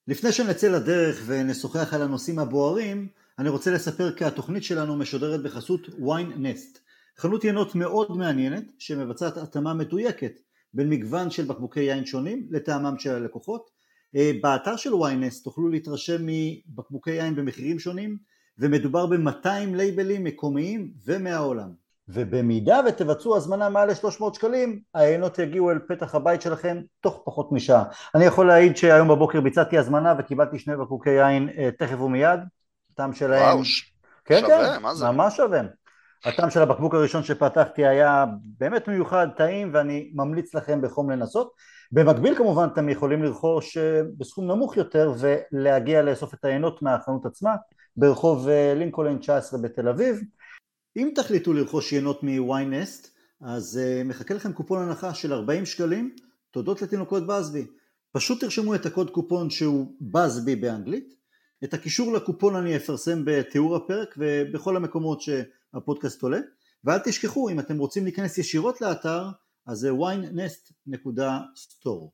לפני שנצא לדרך ונשוחח על הנושאים הבוערים, אני רוצה לספר כי התוכנית שלנו משודרת בחסות Wine Nest, חנות ינות מאוד מעניינת שמבצעת התאמה מדויקת בין מגוון של בקבוקי יין שונים לטעמם של הלקוחות. באתר של Wine Nest תוכלו להתרשם מבקבוקי יין במחירים שונים, ומדובר ב-200 לייבלים מקומיים ומהעולם. ובמידה ותבצעו הזמנה מעל 300 שקלים, העיינות יגיעו אל פתח הבית שלכם תוך פחות משעה. אני יכול להעיד שהיום בבוקר ביצעתי הזמנה וקיבלתי 2 בקבוקי יין תכף ומיד. הטעם שלהם... וואו, כן, שווה, כן, מה זה? ממש שווה. הטעם של הבקבוק הראשון שפתחתי היה באמת מיוחד, טעים, ואני ממליץ לכם בחום לנסות. במקביל כמובן אתם יכולים לרכוש בסכום נמוך יותר ולהגיע לאסוף את העיינות מהחנות עצמה ברחוב לינקולן 19 בתל אביב. אם תחליטו לרכוש יינות מ-Wine Nest, אז מחכה לכם קופון הנחה של 40 שקלים, תודות לתינוקות בסבי. פשוט תרשמו את הקוד קופון שהוא בסבי באנגלית. את הקישור לקופון אני אפרסם בתיאור הפרק ובכל המקומות שהפודקאסט עולה. ואל תשכחו, אם אתם רוצים להיכנס ישירות לאתר, אז זה winenest.store.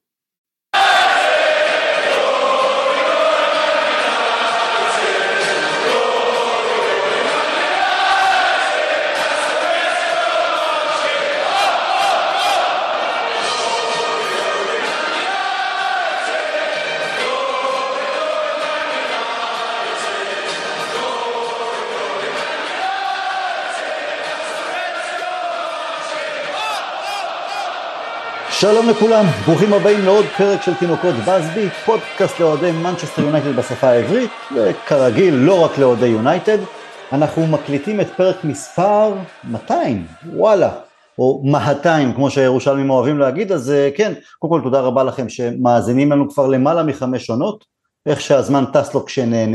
שלום לכולם, ברוכים הבאים לעוד פרק של תינוקות בסבי, פודקאסט לאוהדי מנצ'סטר יונייטד בשפה העברית, וכרגיל לא רק לאוהדי יונייטד. אנחנו מקליטים את פרק מספר 200, וואלה, או 200 כמו שהירושלמים אוהבים להגיד. אז כן, קודם כל תודה רבה לכם שמאזינים לנו כבר למעלה מ5 עונות, איך שהזמן טס לו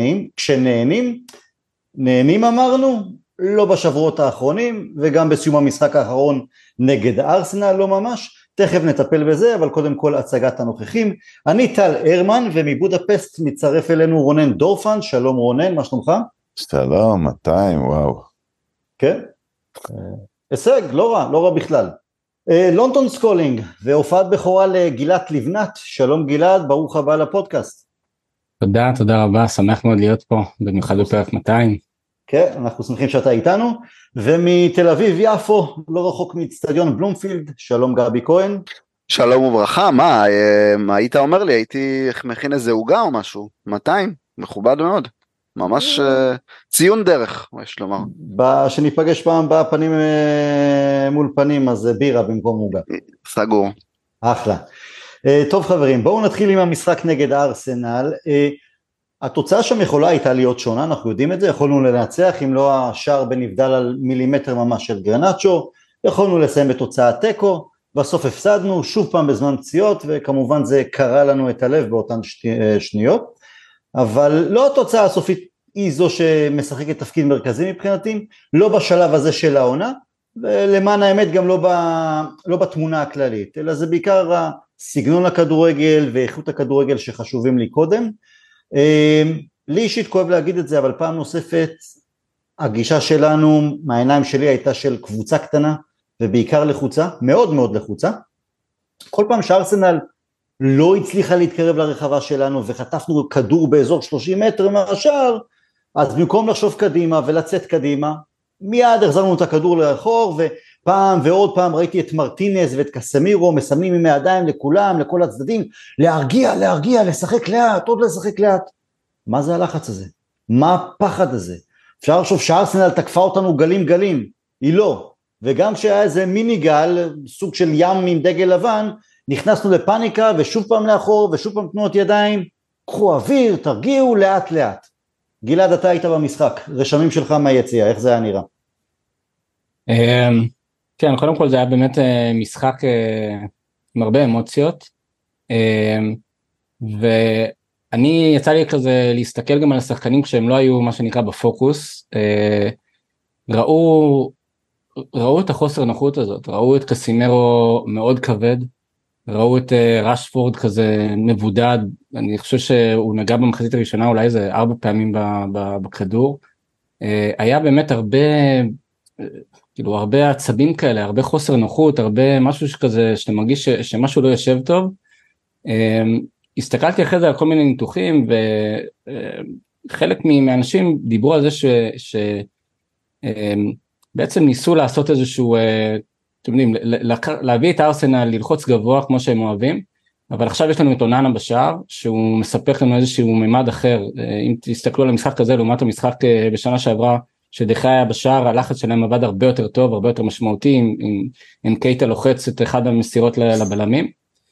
נהנים אמרנו, לא בשבועות האחרונים, וגם בסיום המשחק האחרון נגד ארסנל לא ממש. תכף נטפל בזה, אבל קודם כל הצגת הנוכחים. אני טל הרמן, ומבודפסט מצטרף אלינו רונן דורפן. שלום רונן, מה שלומך? שלום, 200, וואו. כן, הישג, לא רע בכלל. לונדון סקולינג, והופעת בכורה לגילת לבנת. שלום גלעד, ברוך הבא לפודקאסט. תודה רבה, שמח מאוד להיות פה, במיוחד בפרק 200. כן, אנחנו שמחים שאתה איתנו. ומתל אביב יפו, לא רחוק מאצטדיון בלומפילד, שלום גבי כהן. שלום וברכה, מה היית אומר לי? הייתי מכין איזה עוגה או משהו? 200, מכובד מאוד, ממש ציון דרך, יש לומר. שניפגש פעם בפנים מול פנים, אז בירה במקום עוגה. סגור. אחלה. טוב חברים, בואו נתחיל עם המשחק נגד ארסנל. התוצאה שם יכולה הייתה להיות שונה, אנחנו יודעים את זה, יכולנו לנצח, אם לא השער בנבדל על מילימטר ממש של גרנצ'ו, יכולנו לסיים בתוצאה טקו, בסוף הפסדנו, שוב פעם בזמן פציעות, וכמובן זה קרה לנו את הלב באותן שניות, אבל לא התוצאה הסופית היא זו שמשחקת תפקיד מרכזי מבחינתי, לא בשלב הזה של העונה, ולמען האמת גם לא בתמונה הכללית, אלא זה בעיקר סגנון הכדורגל ואיכות הכדורגל שחשובים לי קודם. לי אישית כואב להגיד את זה, אבל פעם נוספת הגישה שלנו מהעיניים שלי הייתה של קבוצה קטנה ובעיקר לחוצה, מאוד מאוד לחוצה. כל פעם שארסנל לא הצליחה להתקרב לרחבה שלנו וחטפנו כדור באזור 30 מטר מהשאר, אז במקום לחשוב קדימה ולצאת קדימה, מיד החזרנו את הכדור לאחור, ופעם ועוד פעם ראיתי את מרטינז ואת קסמירו מסמנים עם הידיים לכולם, לכל הצדדים, להרגיע, לשחק לאט, עוד לשחק לאט. מה זה הלחץ הזה? מה הפחד הזה? אפשר לחשוב שארסנל תקפה אותנו גלים, היא לא. וגם כשהיה איזה מיני גל, סוג של ים עם דגל לבן, נכנסנו לפאניקה ושוב פעם לאחור ושוב פעם תנועות ידיים, קחו אוויר, תרגיעו לאט. גלעד, אתה היית במשחק, רשמים שלך מהיציאה, איך זה היה נראה? כן, קודם כל זה היה באמת משחק עם הרבה אמוציות, ואני יצא לי כזה להסתכל גם על השחקנים כשהם לא היו מה שנקרא בפוקוס, ראו את החוסר נוחות הזאת, ראו את קסימרו מאוד כבד, ראו את רשפורד כזה מבודד, אני חושב שהוא נגע במחצית הראשונה אולי איזה 4 פעמים בכדור, היה באמת הרבה עצבים כאלה, הרבה חוסר נוחות, הרבה משהו שכזה, שאתה מרגיש שמשהו לא יושב טוב, הסתכלתי אחרי זה על כל מיני ניתוחים, וחלק מהאנשים דיברו על זה שבעצם ניסו לעשות איזשהו, אתם יודעים, להביא את ארסנל ללחוץ גבוה כמו שהם אוהבים, אבל עכשיו יש לנו את אוננה בשער, שהוא מספק לנו איזשהו ממד אחר. אם תסתכלו על המשחק הזה לעומת המשחק בשנה שעברה, שדחה היה בשער, הלחץ שלהם עבד הרבה יותר טוב, הרבה יותר משמעותי, עם קייטה לוחץ את אחד המסירות לבלמים,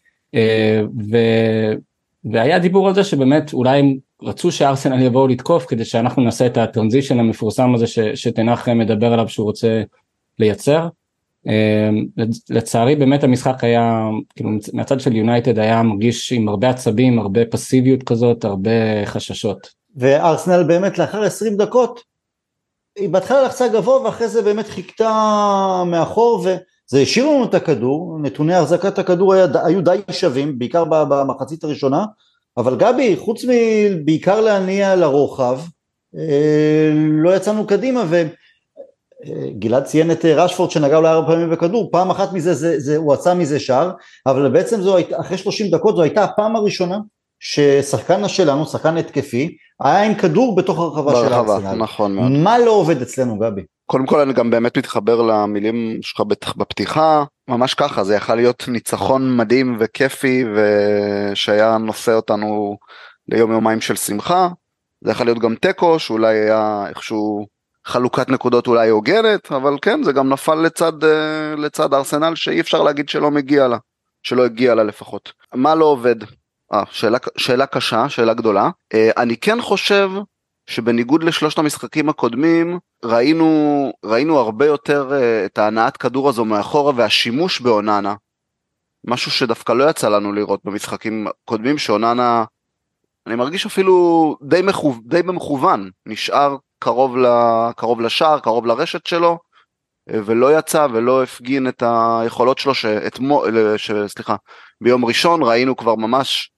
והיה דיבור על זה שבאמת אולי הם רצו שארסנל יבואו לתקוף, כדי שאנחנו נעשה את הטרנזישן המפורסם הזה, שתנח מדבר עליו שהוא רוצה לייצר. לצערי באמת המשחק היה, כאילו מהצד של יונייטד היה מרגיש עם הרבה עצבים, הרבה פסיביות כזאת, הרבה חששות. וארסנל באמת לאחר 20 דקות, היא בהתחלה לחצה גבוה, ואחרי זה באמת חיכתה מאחור, וזה השאיר לנו את הכדור, נתוני החזקת הכדור היו די שווים, בעיקר במחצית הראשונה, אבל גבי, חוץ מבעיקר להניע לרוחב, לא יצאנו קדימה, גלעד ציין את רשפורד שנגע אולי 4 פעמים בכדור, פעם אחת מזה הוא עצה מזה שער, אבל בעצם אחרי 30 דקות זו הייתה הפעם הראשונה ששחקן שלנו, שחקן התקפי, היה עם כדור בתוך הרחבה של ארסנל. נכון מאוד. מה לא עובד אצלנו גבי? קודם כל אני גם באמת מתחבר למילים שלך בפתיחה, ממש ככה, זה יכול להיות ניצחון מדהים וכיפי, ושהיה נושא אותנו ליום יומיים של שמחה, זה יכול להיות גם טקו, שאולי היה איכשהו חלוקת נקודות אולי הוגנת, אבל כן, זה גם נפל לצד ארסנל, שאי אפשר להגיד שלא מגיע לה, שלא הגיע לה לפחות. מה לא עובד? שאלה קשה, שאלה גדולה. אני כן חושב שבניגוד לשלושת המשחקים הקודמים, ראינו הרבה יותר את ההנעת כדור הזו מאחורה, והשימוש באוננה, משהו שדווקא לא יצא לנו לראות במשחקים קודמים, שאוננה, אני מרגיש אפילו די במכוון, נשאר קרוב לשער, קרוב לרשת שלו, ולא יצא ולא הפגין את היכולות שלו, ביום ראשון ראינו כבר ממש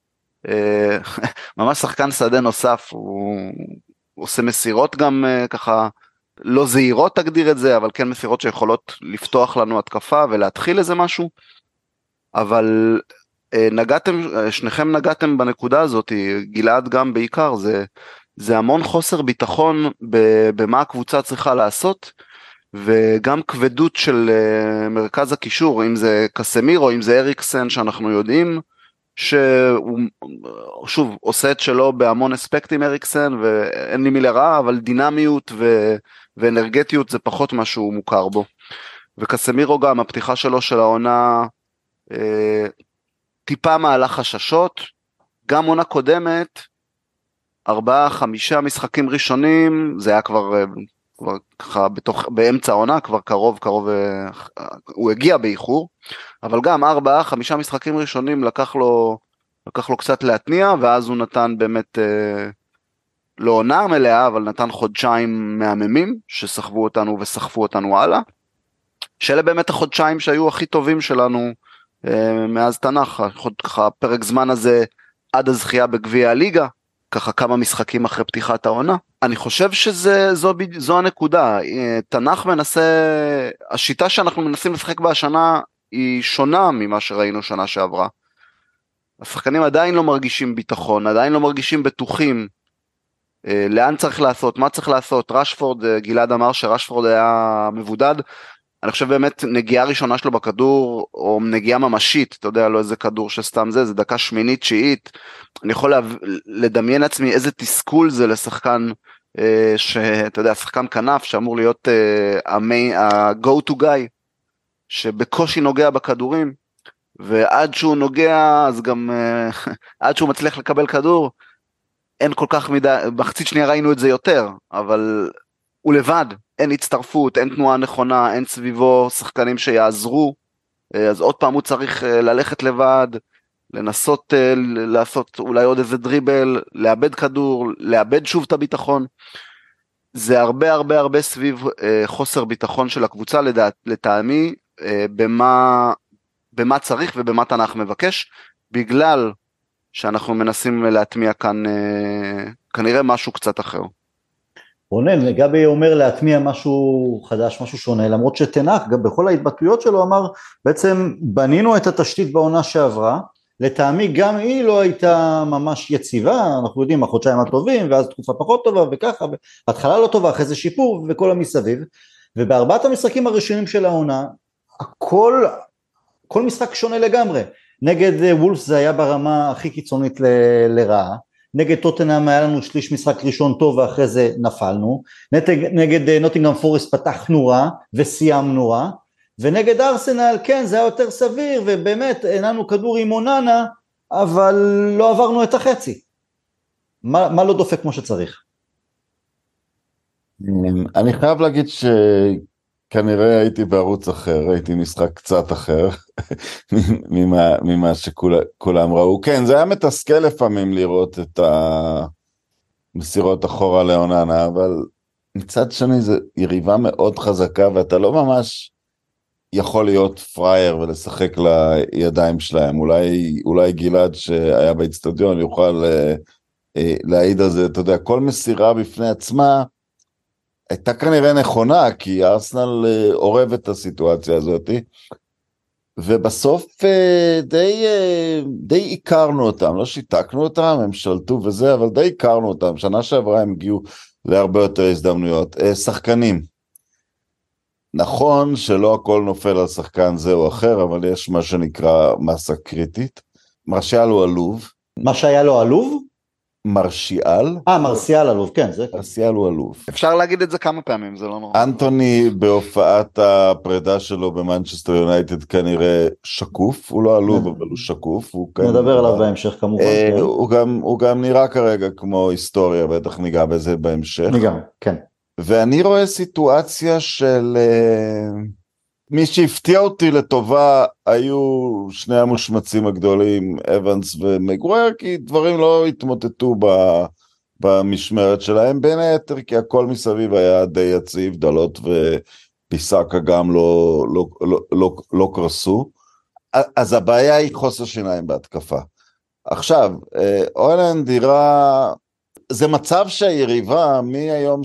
שחקן שדה נוסף, הוא עושה מסירות גם ככה, לא זהירות תגדיר את זה, אבל כן מסירות שיכולות לפתוח לנו התקפה ולהתחיל איזה משהו, אבל שניכם נגעתם בנקודה הזאת, גלעד גם בעיקר, זה המון חוסר ביטחון במה הקבוצה צריכה לעשות, וגם כבדות של מרכז הקישור, אם זה קסמירו, אם זה אריקסן, שאנחנו יודעים שהוא שוב עושה את שלו בהמון אספקטים אריקסן, ואין לי מילה רעה, אבל דינמיות ואנרגטיות זה פחות מה שהוא מוכר בו. וקסמירו גם, הפתיחה שלו של העונה טיפה מעלה חששות, גם עונה קודמת, 4-5 משחקים ראשונים, זה היה כבר ככה באמצע העונה, כבר קרוב, הוא הגיע באיחור, אבל גם 4-5 משחקים ראשונים לקח לו קצת להתניע, ואז הוא נתן באמת, לא עונה מלאה, אבל נתן חודשיים מהממים, שסחבו אותנו וסחפו אותנו הלאה, שאלה באמת החודשיים שהיו הכי טובים שלנו, מאז תנ"ך, ככה פרק זמן הזה, עד הזכייה בגביע הליגה, ככה כמה משחקים אחרי פתיחת העונה. אני חושב שזו הנקודה, תנ"ך מנסה, השיטה שאנחנו מנסים לשחק בהשנה, היא שונה ממה שראינו שנה שעברה. השחקנים עדיין לא מרגישים ביטחון, עדיין לא מרגישים בטוחים, לאן צריך לעשות, מה צריך לעשות, רשפורד, גלעד אמר שרשפורד היה מבודד, אני חושב באמת נגיעה ראשונה שלו בכדור, או נגיעה ממשית, אתה יודע, לא איזה כדור שסתם זה דקה שמינית, תשיעית, אני יכול לדמיין לעצמי איזה תסכול זה לשחקן, שאתה יודע, שחקן כנף, שאמור להיות ה-go to guy, שבקושי נוגע בכדורים, ועד שהוא נוגע, אז גם, עד שהוא מצליח לקבל כדור, אין כל כך מידה, בחצית שנייה ראינו את זה יותר, אבל הוא לבד, אין הצטרפות, אין תנועה נכונה, אין סביבו שחקנים שיעזרו, אז עוד פעם הוא צריך ללכת לבד, לנסות לעשות אולי עוד איזה דריבל, לאבד כדור, לאבד שוב את הביטחון, זה הרבה סביב חוסר ביטחון של הקבוצה, לטעמי, במה צריך ובמה תנ"ך מבקש, בגלל שאנחנו מנסים להטמיע כאן כנראה משהו קצת אחר. רונן, גבי אומר להטמיע משהו חדש, משהו שונה, למרות שתנ"ך, גם בכל ההתבטאויות שלו אמר, בעצם בנינו את התשתית בעונה שעברה, לטעמי גם היא לא הייתה ממש יציבה, אנחנו יודעים החודשיים הטובים, ואז תקופה פחות טובה וככה, התחלה לא טובה, אחרי זה שיפור וכל המסביב, ובארבעת המשחקים הראשונים של העונה, כל משחק שונה לגמרי, נגד וולפס זה היה ברמה הכי קיצונית לרעה, נגד טוטנהאם היה לנו שליש משחק ראשון טוב ואחרי זה נפלנו, נגד נוטינגהאם פורסט פתחנו רע וסיימנו רע, ונגד ארסנל כן זה היה יותר סביר ובאמת אין לנו כדור עם אוננה, אבל לא עברנו את החצי. מה לא דופק כמו שצריך? אני חייב להגיד שכנראה הייתי בערוץ אחר, הייתי משחק קצת אחר ממה שכולם ראו. כן, זה היה מתסכל לפעמים לראות את המסירות אחורה לאוננה, אבל מצד שני זה יריבה מאוד חזקה, ואתה לא ממש יכול להיות פרייר ולשחק לידיים שלהם. אולי גלעד שהיה באצטדיון יוכל להעיד על זה. אתה יודע, כל מסירה בפני עצמה הייתה כנראה נכונה, כי ארסנל עורב את הסיטואציה הזאת, ובסוף די הכרנו אותם, לא שיתקנו אותם, הם שלטו וזה, אבל די הכרנו אותם. שנה שעברה הם הגיעו להרבה יותר הזדמנויות. שחקנים, נכון שלא הכל נופל על שחקן זה או אחר, אבל יש מה שנקרא מסה קריטית. מרשיאל הוא עלוב. מה שהיה לו עלוב? מרשיאל. מרסיאל עלוב, כן. מרשיאל הוא עלוב. אפשר להגיד את זה כמה פעמים, זה לא נורא. אנטוני בהופעת הפרידה שלו במנצ'סטר יונייטד כנראה שקוף, הוא לא עלוב אבל הוא שקוף. נדבר עליו בהמשך כמובן. הוא גם נראה כרגע כמו היסטוריה, בטח ניגע בזה בהמשך. ניגע, כן. ואני רואה סיטואציה של מי שהפתיע אותי לטובה היו שני המושמצים הגדולים, אבנס ומגווייר, כי דברים לא התמוטטו במשמרת שלהם, בין היתר כי הכל מסביב היה די יציב, דלות ופיסקה גם לא קרסו, אז הבעיה היא חוסר שיניים בהתקפה. עכשיו, הולנד דירה, זה מצב שהיריבה מהיום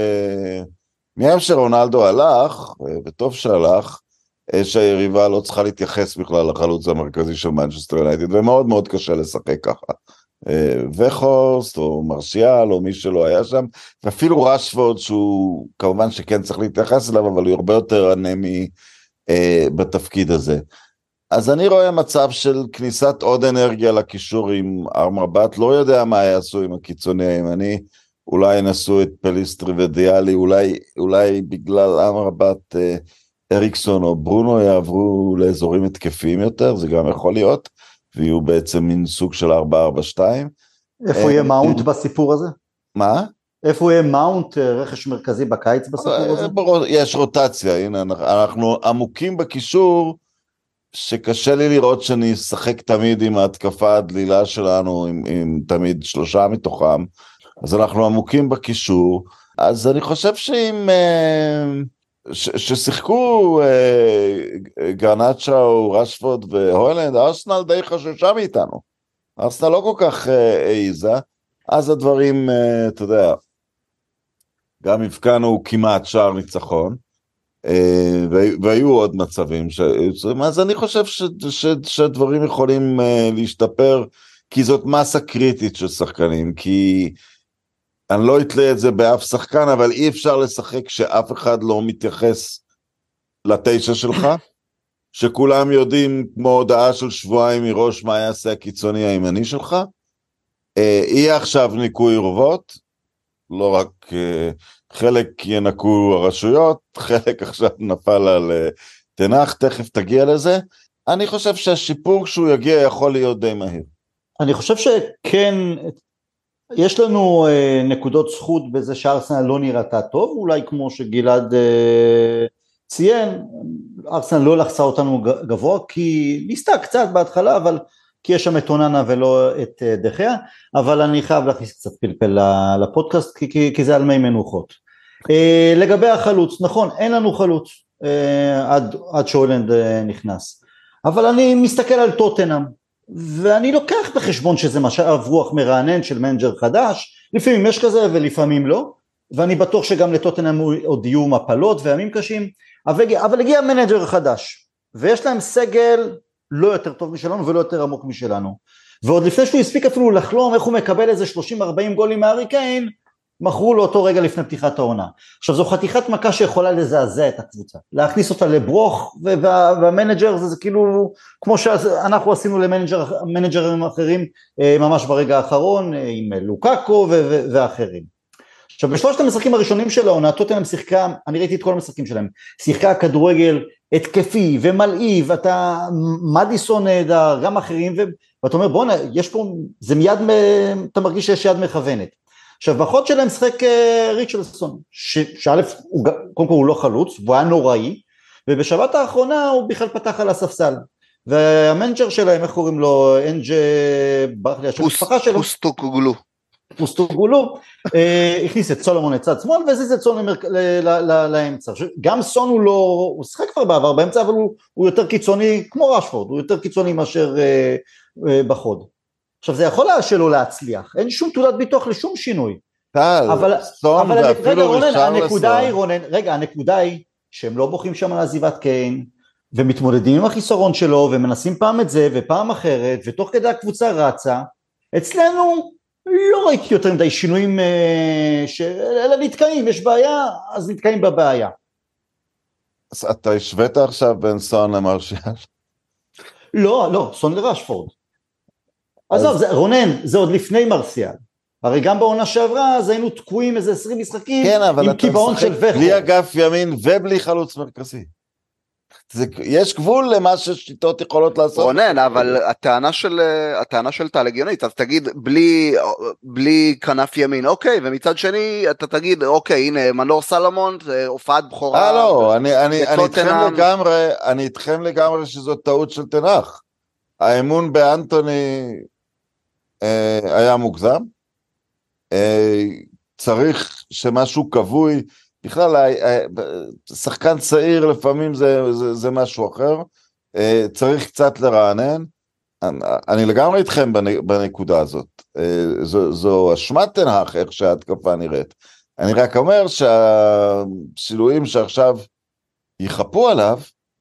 שרונלדו הלך, וטוב שהלך, שהיריבה לא צריכה להתייחס בכלל לחלוץ המרכזי של מנצ'סטר יונייטד, ומאוד מאוד קשה לשחק ככה. וחורסט או מרשיאל או מי שלא היה שם, ואפילו רשפורד שהוא כמובן שכן צריך להתייחס אליו, אבל הוא הרבה יותר אנמי בתפקיד הזה. אז אני רואה מצב של כניסת עוד אנרגיה לקישור עם ארמרבט, לא יודע מה יעשו עם הקיצוני הימני, אולי ינסו את פליסטרי ודיאלי, אולי בגלל ארמרבט אריקסון או ברונו יעברו לאזורים התקפיים יותר, זה גם יכול להיות, ויהיו בעצם מין סוג של 4-4-2. איפה יהיה מאונט בסיפור הזה? מה? איפה יהיה מאונט רכש מרכזי בקיץ בסיפור הזה? יש רוטציה, הנה אנחנו עמוקים בקישור, שקשה לי לראות שאני אשחק תמיד עם ההתקפה הדלילה שלנו, עם תמיד 3 מתוכם, אז אנחנו עמוקים בקישור, אז אני חושב שאם ששיחקו גרנצ'או, רשפורד והוילנד, ארסנל די חששה מאיתנו, ארסנל לא כל כך העיזה, אז הדברים, אתה יודע, גם הבקענו כמעט שער ניצחון, והיו עוד מצבים, אז אני חושב שהדברים יכולים להשתפר, כי זאת מסה קריטית של שחקנים, כי אני לא אתלה את זה באף שחקן, אבל אי אפשר לשחק שאף אחד לא מתייחס לתשע שלך, שכולם יודעים כמו הודעה של שבועיים מראש מה יעשה הקיצוני הימני שלך, יהיה עכשיו ניקוי אורוות, לא רק חלק ינקו הרשויות, חלק עכשיו נפל על תנח, תכף תגיע לזה, אני חושב שהשיפור כשהוא יגיע יכול להיות די מהיר. אני חושב שכן, יש לנו נקודות זכות בזה שארסנל לא נראתה טוב, אולי כמו שגלעד ציין, ארסנל לא לחצה אותנו גבוה, כי ניסתה קצת בהתחלה, אבל כי יש שם את אוננה ולא את דחיה, אבל אני חייב להכניס קצת פלפל לפודקאסט, כי זה על מי מנוחות. לגבי החלוץ, נכון, אין לנו חלוץ עד שהולנד נכנס, אבל אני מסתכל על טוטנהאם, ואני לוקח בחשבון שזה משאב רוח מרענן של מנג'ר חדש, לפעמים יש כזה ולפעמים לא, ואני בטוח שגם לטוטנהאם עוד יהיו מפלות וימים קשים, אבל הגיע מנג'ר חדש, ויש להם סגל לא יותר טוב משלנו ולא יותר עמוק משלנו, ועוד לפני שהוא הספיק אפילו לחלום איך הוא מקבל איזה 30-40 גולים מהארי קיין, מכרו לו אותו רגע לפני פתיחת העונה. עכשיו זו חתיכת מכה שיכולה לזעזע את הקבוצה, להכניס אותה לברוך, והמנג'ר זה כאילו, כמו שאנחנו עשינו למנג'רים אחרים, ממש ברגע האחרון, עם לוקאקו ואחרים. עכשיו בשלושת המשחקים הראשונים של העונה, טוטנהאם שיחקה, אני ראיתי את כל המשחקים שלהם, שיחקה כדורגל התקפי ומלאיב, אתה מדיסון נהדר, גם אחרים, ואתה אומר בוא, יש פה, זה מיד, אתה מרגיש שיש יד מכוונת. עכשיו בחוד שלהם שחק ריצ'רדסון, שא' קודם כל הוא לא חלוץ, הוא היה נוראי, ובשבת האחרונה הוא בכלל פתח על הספסל, והמנג'ר שלהם, איך קוראים לו, אנג'ה, ברח לי השם המשפחה שלו, פוסטוגולו, הכניס את סולומון לצד שמאל, והזיז את סון לאמצע, גם סון הוא לא, הוא שחק כבר בעבר באמצע, אבל הוא יותר קיצוני, כמו רשפורד, הוא יותר קיצוני מאשר בחוד. עכשיו זה יכול שלא להצליח, אין שום תעודת ביטוח לשום שינוי. אבל רגע רונן, הנקודה היא שהם לא בוכים שם על עזיבת קיין, ומתמודדים עם החיסרון שלו, ומנסים פעם את זה ופעם אחרת, ותוך כדי הקבוצה רצה, אצלנו לא ראיתי יותר מדי שינויים, אלא נתקעים, יש בעיה, אז נתקעים בבעיה. אז אתה השווית עכשיו בין סון למרשיאל? לא, סון לרשפורד. אז רונן, זה עוד לפני מרסיאל, הרי גם בעונה שעברה, אז היינו תקועים איזה 20 משחקים, כן, אבל עם קיבעון של וחו. בלי אגף ימין ובלי חלוץ מרכזי. יש גבול למה ששיטות יכולות לעשות. רונן, אבל הטענה של טל הגיונית, אז תגיד בלי כנף ימין, אוקיי, ומצד שני אתה תגיד, אוקיי, הנה מנור סלומון, זה הופעת בכורה. לא, אני איתכם לגמרי שזו טעות של תנח. האמון באנטוני היה מוגזם, צריך שמשהו קבוי, בכלל שחקן צעיר לפעמים זה משהו אחר, צריך קצת לרענן, אני לגמרי איתכם בנקודה הזאת, זו אשמת תנח איך שההתקפה נראית, אני רק אומר שהשילויים שעכשיו יחפו עליו,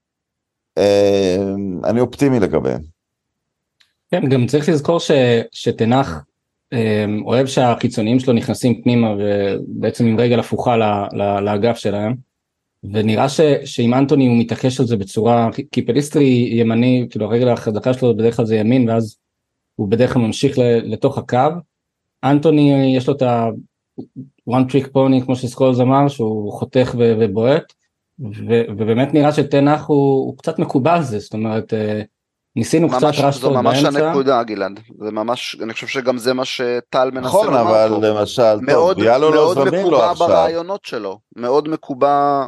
אני אופטימי לגביהם. כן, גם צריך לזכור שתנח אוהב שהחיצוניים שלו נכנסים פנימה ובעצם עם רגל הפוכה לאגף שלהם, ונראה שאם אנטוני הוא מתעקש על זה בצורה, כי פליסטרי ימני, כאילו הרגל החזקה שלו בדרך כלל זה ימין, ואז הוא בדרך כלל ממשיך לתוך הקו, אנטוני יש לו את ה-one trick pony כמו שסקולס אמר, שהוא חותך ובועט, ובאמת נראה שתנח הוא קצת מקובל זה, זאת אומרת, ניסינו קצת רשפורד באמצע. זו ממש הנקודה גלעד, זה ממש, אני חושב שגם זה מה שטל מנסה נכון, לומר פה. אבל למשל, מאוד מקובע ברעיונות שלו, מאוד מקובע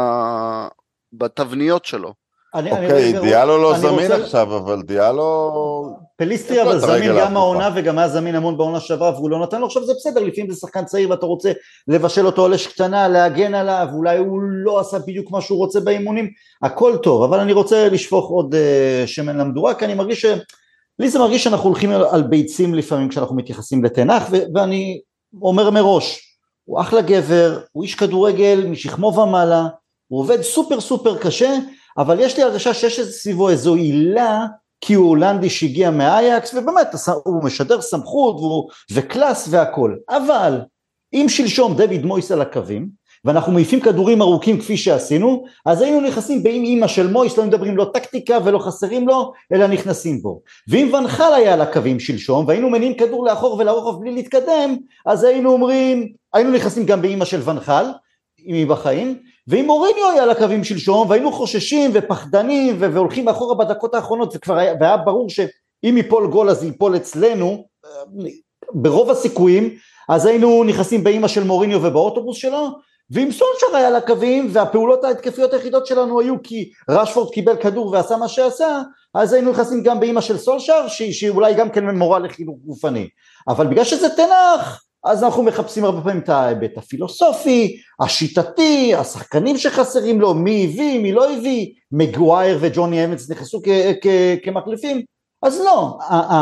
בתבניות שלו. אוקיי, דיאלו לא זמין עכשיו, אבל דיאלו... פליסטרי אבל זמין גם העונה וגם היה זמין המון בעונה שעברה, והוא לא נתן לו, עכשיו זה בסדר, לפעמים זה שחקן צעיר ואתה רוצה לבשל אותו על אש קטנה, להגן עליו, אולי הוא לא עשה בדיוק מה שהוא רוצה באימונים, הכל טוב, אבל אני רוצה לשפוך עוד שמן למדורה, כי אני מרגיש לי זה מרגיש שאנחנו הולכים על ביצים לפעמים כשאנחנו מתייחסים לתנח, ואני אומר מראש, הוא אחלה גבר, הוא איש כדורגל משכמו ומעלה, הוא עובד סופר סופר קשה, אבל יש לי הרגשה שיש סביבו איזו עילה, כי הוא הולנדי שהגיע מהאייקס, ובאמת הוא משדר סמכות וקלאס והכל, אבל אם שלשום דויד מויס על הקווים, ואנחנו מעיפים כדורים ארוכים כפי שעשינו, אז היינו נכנסים באם אימא של מויס, לא מדברים לו טקטיקה ולא חסרים לו, אלא נכנסים בו. ואם ונחל היה על הקווים שלשום, והיינו מניעים כדור לאחור ולרוחב בלי להתקדם, אז היינו אומרים, היינו נכנסים גם באמא של ונחל, אם היא בחיים, ואם מוריניו היה על הקווים שלשום, והיינו חוששים ופחדנים, והולכים אחורה בדקות האחרונות, והיה ברור שאם ייפול גול אז ייפול אצלנו, ברוב הסיכויים, אז היינו נכנסים באמא של מוריניו ובאוטובוס שלו, ואם סולשר היה על הקווים, והפעולות ההתקפיות היחידות שלנו היו כי רשפורד קיבל כדור ועשה מה שעשה, אז היינו נכנסים גם באמא של סולשר, שהיא אולי גם כן מורה לחינוך גופני, אבל בגלל שזה תנח, אז אנחנו מחפשים הרבה פעמים את ההיבט הפילוסופי, השיטתי, השחקנים שחסרים לו, מי הביא, מי לא הביא, מגווייר וג'וני אמץ נכנסו כמחליפים, אז לא,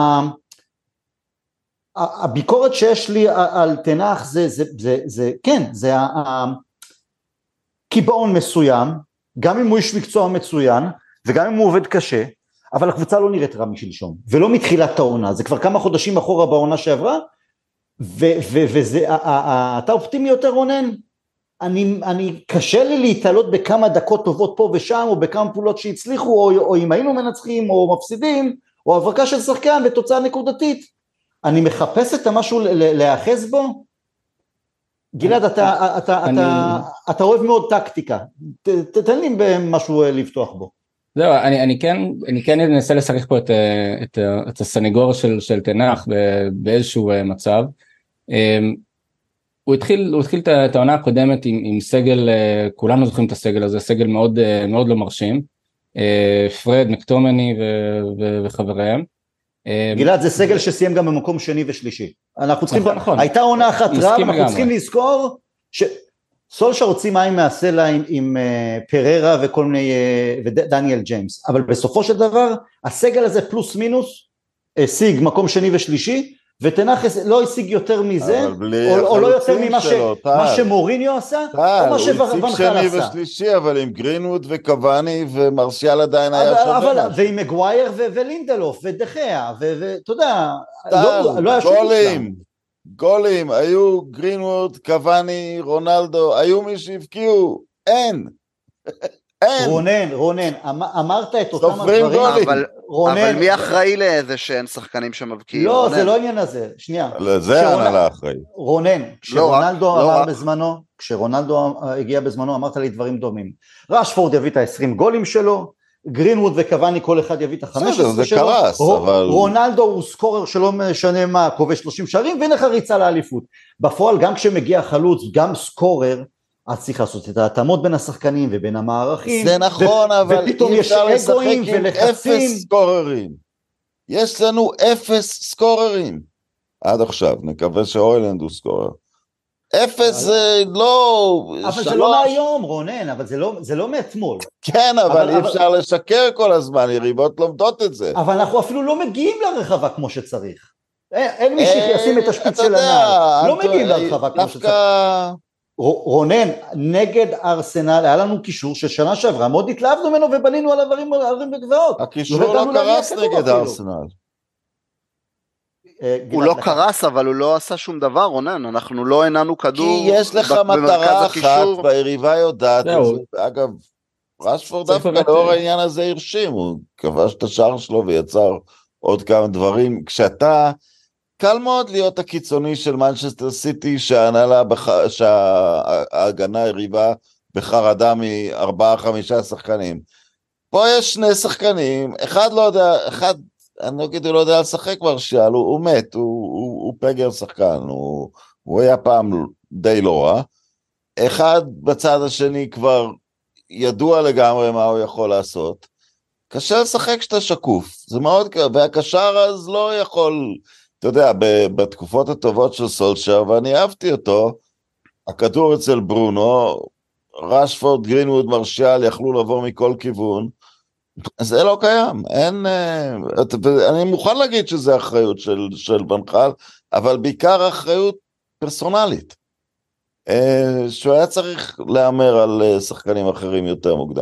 הביקורת שיש לי על תנח זה כן, זה קיבעון מסוים, גם אם הוא איש מקצוע מצוין, וגם אם הוא עובד קשה, אבל הקבוצה לא נראית רע משלשום, ולא מתחילת העונה, זה כבר כמה חודשים אחורה בעונה שעברה, אתה אופטימי יותר רונן? אני קשה לי להתעלות בכמה דקות טובות פה ושם, או בכמה פעולות שהצליחו, או אם היינו מנצחים או מפסידים, או הברקה של שחקן בתוצאה נקודתית, אני מחפש את המשהו להאחז בו. גלעד, אתה אוהב מאוד טקטיקה, תתן לי משהו לפתוח בו. זהו, אני כן אנסה לשחק פה את הסניגור של תנח באיזשהו מצב. הוא התחיל את העונה הקודמת עם סגל, כולנו זוכרים את הסגל הזה, סגל מאוד לא מרשים, פרד, מקטומני וחבריהם. גלעד, זה סגל שסיים גם במקום שני ושלישי. אנחנו צריכים, נכון. הייתה עונה אחת רב, אנחנו צריכים לזכור שסולשר הוציא מים מהסלע עם פררה וכל מיני, ודניאל ג'יימס, אבל בסופו של דבר, הסגל הזה פלוס מינוס, השיג מקום שני ושלישי, ותנח לא השיג יותר מזה, או לא יותר ממה שמוריניו עשה, או מה שוון חל עשה. הוא השיג שני ושלישי, אבל עם גרינווד וקוואני ומרסיאל עדיין היה שווה. ועם מגווייר ולינדלוף ודחיה, ואתה יודע, לא היה שום גולים, גולים, היו גרינווד, קוואני, רונלדו, היו מי שהבקיעו, אין. רונן, אמרת את אותם הדברים, אבל מי אחראי לאיזה שאין שחקנים שמבקיעים? לא, זה לא העניין הזה, שנייה. לזה הנהלה אחראי. רונן, כשרונלדו הגיע בזמנו, אמרת לי דברים דומים. רשפורד יביא את ה-20 גולים שלו, גרינווד וקוואני כל אחד יביא את ה-15 שלו, רונלדו הוא סקורר שלא משנה מה, כובש 30 שערים, והנה חריצה לאליפות. בפועל גם כשמגיע חלוץ, גם סקורר, אז צריך לעשות את ההתאמות בין השחקנים ובין המערכים. זה נכון, אבל ופתאום יש אגואים ולחצים. אפס סקוררים. יש לנו 0 סקוררים. עד עכשיו, נקווה שהוילנד הוא סקורר. 0 זה לא... אבל זה לא מהיום, רונן, אבל זה לא מאתמול. כן, אבל אי אפשר לשקר כל הזמן, יריבות לומדות את זה. אבל אנחנו אפילו לא מגיעים לרחבה כמו שצריך. אין מי שישים את השפיץ של הנעל. לא מגיעים לרחבה כמו שצריך. רונן, נגד ארסנל, היה לנו קישור ששנה שעברה, מאוד התלהבנו ממנו ובנינו על ערים וגבעות. הקישור לא קרס נגד ארסנל. הוא לא קרס, אבל הוא לא עשה שום דבר, רונן, אנחנו לא הנענו כדור. כי יש לך מטרה אחת, והיריבה יודעת את זה. אגב, רשפורד דווקא לאור העניין הזה הרשים, הוא כבש את השער שלו ויצר עוד כמה דברים. כשאתה... קל מאוד להיות הקיצוני של מנצ'סטר סיטי שההגנה הריבה בחרדה מ4-5 שחקנים. פה יש 2 שחקנים, אחד לא יודע, אני לא אגיד, הוא לא יודע לשחק מרשיאל, הוא מת, הוא פגר שחקן, הוא היה פעם די לא רע. אחד בצד השני כבר ידוע לגמרי מה הוא יכול לעשות. קשה לשחק שאתה שקוף, זה מאוד קשה, והקשר אז לא יכול... אתה יודע, בתקופות הטובות של סולשר, ואני אהבתי אותו, הכדור אצל ברונו, רשפורד, גרינווד, מרשיאל, יכלו לבוא מכל כיוון, זה לא קיים, אני מוכן להגיד שזה אחריות של בנחל, אבל בעיקר אחריות פרסונלית, שהוא היה צריך לאמר על שחקנים אחרים יותר מוקדם.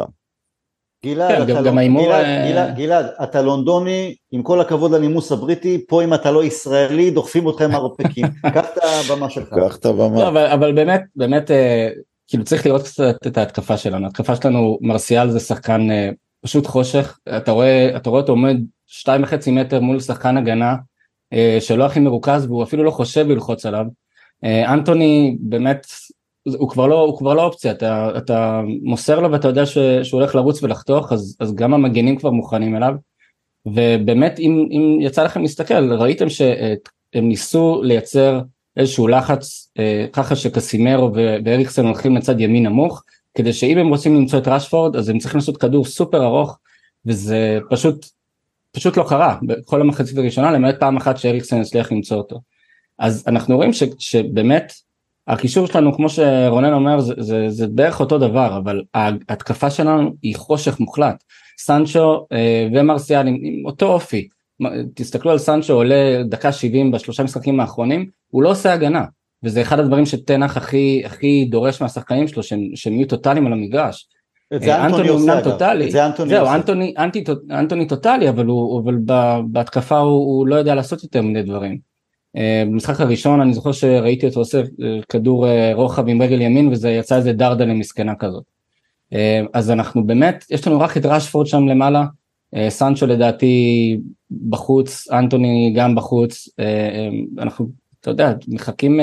גלעד, אתה לונדוני, עם כל הכבוד לנימוס הבריטי, פה אם אתה לא ישראלי, דוחפים אותך מרפקים. קח את הבמה שלך. קח את הבמה. אבל באמת, כאילו צריך לראות קצת את ההתקפה שלנו. ההתקפה שלנו, מרסיאל זה שחקן פשוט חושך, אתה רואה אותו עומד 2.5 מטר מול שחקן הגנה, שלא הכי מרוכז, והוא אפילו לא חושב ללחוץ עליו. אנטוני באמת, הוא כבר לא אופציה, אתה מוסר לו ואתה יודע שהוא הולך לרוץ ולחתוך, אז גם המגנים כבר מוכנים אליו, ובאמת אם יצא לכם להסתכל, ראיתם שהם ניסו לייצר איזשהו לחץ, ככה שקסימרו ואריקסן הולכים לצד ימין נמוך, כדי שאם הם רוצים למצוא את רשפורד, אז הם צריכים לעשות כדור סופר ארוך, וזה פשוט לא קרה, בכל המחצית הראשונה, למעט פעם אחת שאריקסן הצליח למצוא אותו. אז אנחנו רואים שבאמת, הקישור שלנו, כמו שרונן אומר, זה בערך אותו דבר, אבל ההתקפה שלנו היא חושך מוחלט. סנצ'ו ומרסיאל עם אותו אופי, תסתכלו על סנצ'ו, עולה דקה 70 בשלושה משחקים האחרונים, הוא לא עושה הגנה, וזה אחד הדברים שתנח הכי דורש מהשחקנים שלו, שהם יהיו טוטליים על המגרש. את זה אנטוני עושה אגב. את זה אנטוני זהו, עושה. אנטוני טוטלי, אבל בהתקפה הוא לא יודע לעשות יותר מיני דברים. במשחק הראשון אני זוכר שראיתי אותו עושה כדור רוחב עם רגל ימין, וזה יצא איזה דרדלה מסכנה כזאת. אז אנחנו באמת, יש לנו רק את רשפורד שם למעלה, סנצ'ו לדעתי בחוץ, אנטוני גם בחוץ, אנחנו, אתה יודע, מחכים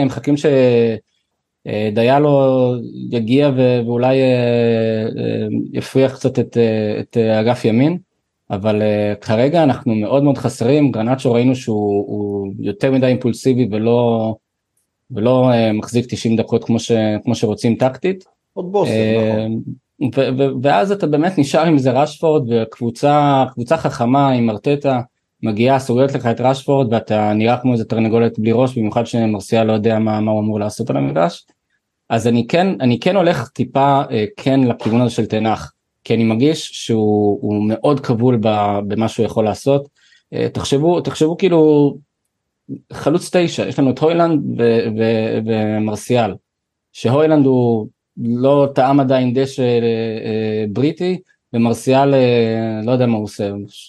שדיאלו יגיע ואולי יפריח קצת את אגף ימין, אבל כרגע אנחנו מאוד מאוד חסרים. גרנצ'ו ראינו שהוא יותר מדי אימפולסיבי ולא מחזיק 90 דקות כמו שרוצים טקטית. עוד בוסר, נכון. ואז אתה באמת נשאר עם זה רשפורד, וקבוצה חכמה עם ארטטה מגיעה, סוגרת לך את רשפורד, ואתה נראה כמו איזה תרנגולת בלי ראש, במיוחד שמרסיאל לא יודע מה הוא אמור לעשות על המגרש. אז אני כן הולך טיפה כן לכיוון הזה של תנח, כי אני מרגיש שהוא מאוד כבול במה שהוא יכול לעשות. תחשבו כאילו חלוץ 9, יש לנו את הוילנד ומרסיאל, שהוילנד הוא לא טעם עדיין דשא בריטי, ומרסיאל לא יודע מה הוא עושה,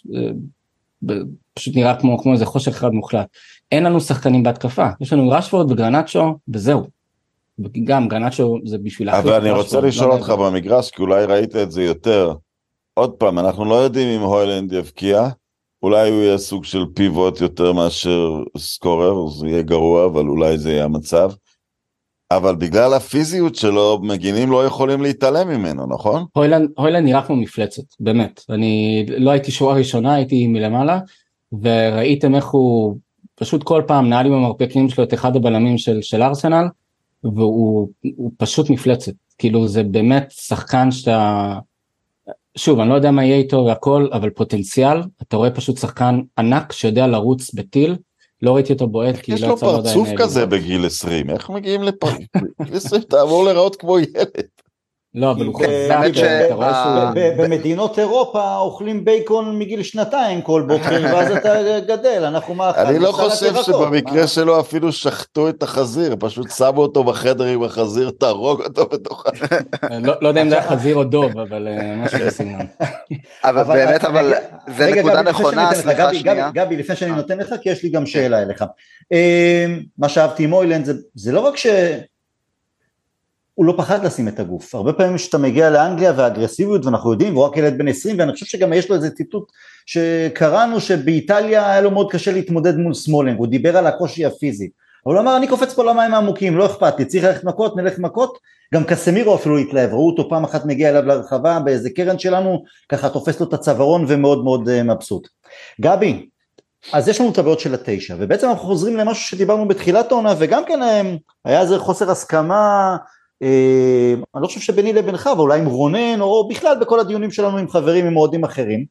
פשוט נראה כמו איזה חושך אחד מוחלט. אין לנו שחקנים בהתקפה, יש לנו רשפורד וגרנצ'ו וזהו. וגם גרנצ'ו זה בשביל אבל אני רוצה לשאול אותך במגרש, כי אולי ראית את זה יותר. עוד פעם, אנחנו לא יודעים אם הוילנד יבקיע, אולי הוא יהיה סוג של פיבוט יותר מאשר סקורר, זה יהיה גרוע, אבל אולי זה יהיה המצב. אבל בגלל הפיזיות שלו, מגינים לא יכולים להתעלם ממנו, נכון? הוילנד נראה כמו מפלצת, באמת. אני לא הייתי שורה ראשונה, הייתי מלמעלה, וראיתם איך הוא פשוט כל פעם נעל עם המרפקים שלו את אחד הבלמים של ארסנל, והוא פשוט מפלצת. כאילו זה באמת שחקן שאתה, שוב, אני לא יודע מה יהיה איתו והכל, אבל פוטנציאל, אתה רואה פשוט שחקן ענק שיודע לרוץ בטיל, לא ראיתי אותו בועט, כי יש לא לו יצא לו פרצוף כזה בגיל 20, איך מגיעים בגיל 20, תעבור לראות כמו ילד. לא, אבל הוא חזק, אתה רואה שהוא... במדינות אירופה אוכלים בייקון מגיל 2 כל בוקר, ואז אתה גדל, אנחנו מאכל. אני לא חושב שבמקרה שלו אפילו שחטו את החזיר, פשוט שמו אותו בחדר עם החזיר, תהרוג אותו בתוכה. לא יודע אם זה היה חזיר או דוב, אבל משהו בסגנון. אבל באמת, אבל זה נקודה נכונה, סליחה שנייה. גבי, לפני שאני נותן לך, כי יש לי גם שאלה אליך. מה שאהבתי עם הוילנד, זה לא רק הוא לא פחד לשים את הגוף. הרבה פעמים שאתה מגיע לאנגליה והאגרסיביות, ואנחנו יודעים, והוא רק ילד בן 20, ואני חושב שגם יש לו איזה ציטוט שקראנו שבאיטליה היה לו מאוד קשה להתמודד מול סמולינג, הוא דיבר על הקושי הפיזי. אבל הוא אמר, אני קופץ פה למים העמוקים, לא אכפת לי, צריך ללכת מכות, נלך מכות. גם קסמירו אפילו התלהב, ראו אותו פעם אחת מגיע אליו לרחבה, באיזה קרן שלנו, ככה תופס לו את הצווארון ומאוד מאוד מבסוט. גבי, אז יש לנו את הבעיות של 9, ובעצם אנחנו חוזרים למשהו שדיברנו בתחילת העונה, וגם כן היה איזה חוסר הסכמה, אני לא חושב שביני לבינך, ואולי עם רונן, או בכלל בכל הדיונים שלנו עם חברים, עם אוהדים אחרים,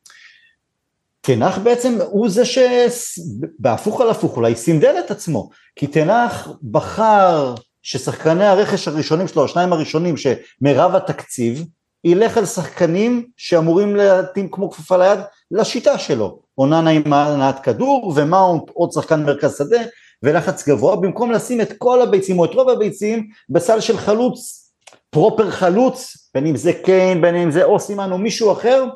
תנח בעצם הוא זה שבהפוך על הפוך אולי סינדל את עצמו, כי תנח בחר ששחקני הרכש הראשונים שלו, השניים הראשונים שמרב התקציב, ילך על שחקנים שאמורים להתאים כמו כפפה ליד לשיטה שלו, אוננה עם הנעת כדור ומאונט עוד שחקן מרכז שדה, ולחץ גבוה, במקום לשים את כל הביצים או את רוב הביצים בסל של חלוץ, פרופר חלוץ, בין אם זה קיין, בין אם זה אוסימן או מישהו אחר,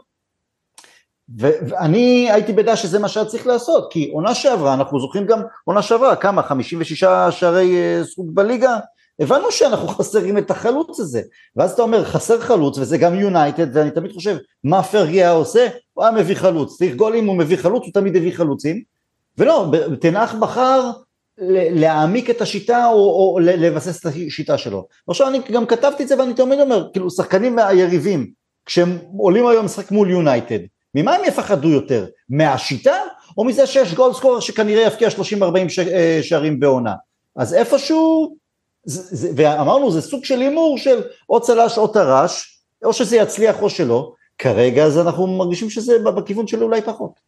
ואני הייתי בדעה שזה מה שהיה צריך לעשות, כי עונה שעברה, אנחנו זוכרים גם עונה שעברה, כמה? 56 שערי זכות בליגה, הבנו שאנחנו חסרים את החלוץ הזה, ואז אתה אומר חסר חלוץ, וזה גם יונייטד, ואני תמיד חושב, מה פרגי היה עושה? הוא היה מביא חלוץ, צריך גולים, הוא מביא חלוץ, הוא תמיד הביא חלוצים, ולא, תנח בחר להעמיק את השיטה, או לבסס את השיטה שלו. עכשיו אני גם כתבתי את זה, ואני תמיד אומר, כאילו שחקנים מהיריבים, כשהם עולים היום משחק מול יונייטד, ממה הם יפחדו יותר? מהשיטה? או מזה שיש גול סקורר שכנראה יפקיע 30-40 שערים בעונה? אז איפשהו, ואמרנו, זה סוג של אימור של או צלש או טרש, או שזה יצליח או שלא, כרגע אז אנחנו מרגישים שזה בכיוון שלו אולי פחות.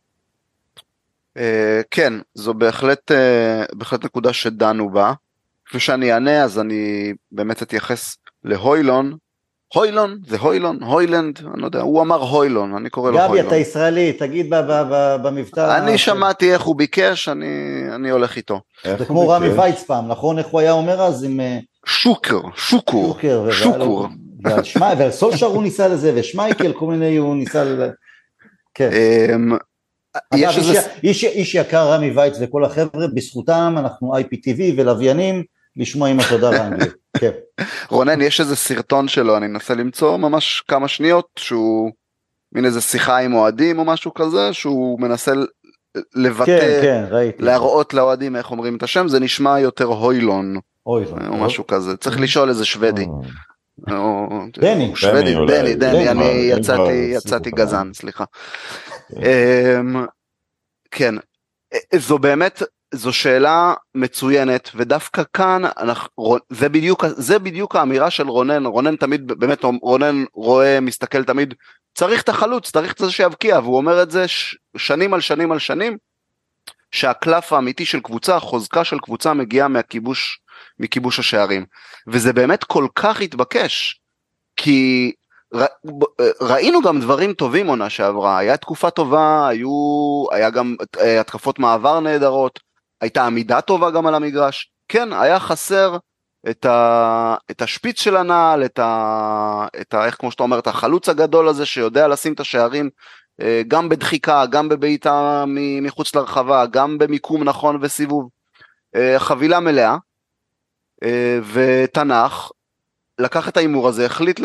כן, זו בהחלט נקודה שדנו בה, כפי שאני אענה, אז אני באמת אתייחס להוילון, זה הוילנד, אני לא יודע, הוא אמר הוילון, אני קורא לו הוילון. גבי, אתה ישראלי, תגיד במבטא. אני שמעתי איך הוא ביקש, אני הולך איתו. זה כמו רמי וייץ פעם, נכון? איך הוא היה אומר אז עם... שוקר. ועל סולשר הוא ניסה לזה, ושמייקל, כל מיני הוא ניסה כן. אגב, איש יקר רמי וייץ וכל החבר'ה, בזכותם אנחנו IPTV ולוויינים, לשמוע עם התודה האנגלית. כן. רונן, יש איזה סרטון שלו, אני אנסה למצוא ממש כמה שניות, שהוא מין איזה שיחה עם אוהדים או משהו כזה, שהוא מנסה לבטא, להראות לאוהדים איך אומרים את השם, זה נשמע יותר הוילון, או משהו כזה, צריך לשאול איזה שוודי. דני, אני יצאתי גזן, סליחה. כן, זו שאלה מצוינת, ודווקא כאן, זה בדיוק האמירה של רונן, רונן תמיד, באמת רונן רואה, מסתכל תמיד, צריך את החלוץ, צריך את זה שיבקיע, והוא אומר את זה שנים על שנים על שנים, שהקלף האמיתי של קבוצה, החוזקה של קבוצה מגיעה מכיבוש השערים, וזה באמת כל כך התבקש, כי ראינו גם דברים טובים עונה שעברה, היה תקופה טובה, היה גם התקפות מעבר נהדרות, הייתה עמידה טובה גם על המגרש, כן, היה חסר את השפיץ של הנעל, איך כמו שאתה אומר, את החלוץ הגדול הזה שיודע לשים את השערים, גם בדחיקה, גם בבעיטה מחוץ לרחבה, גם במיקום נכון וסיבוב, חבילה מלאה, ותנ"ך, לקח את האימור הזה, החליט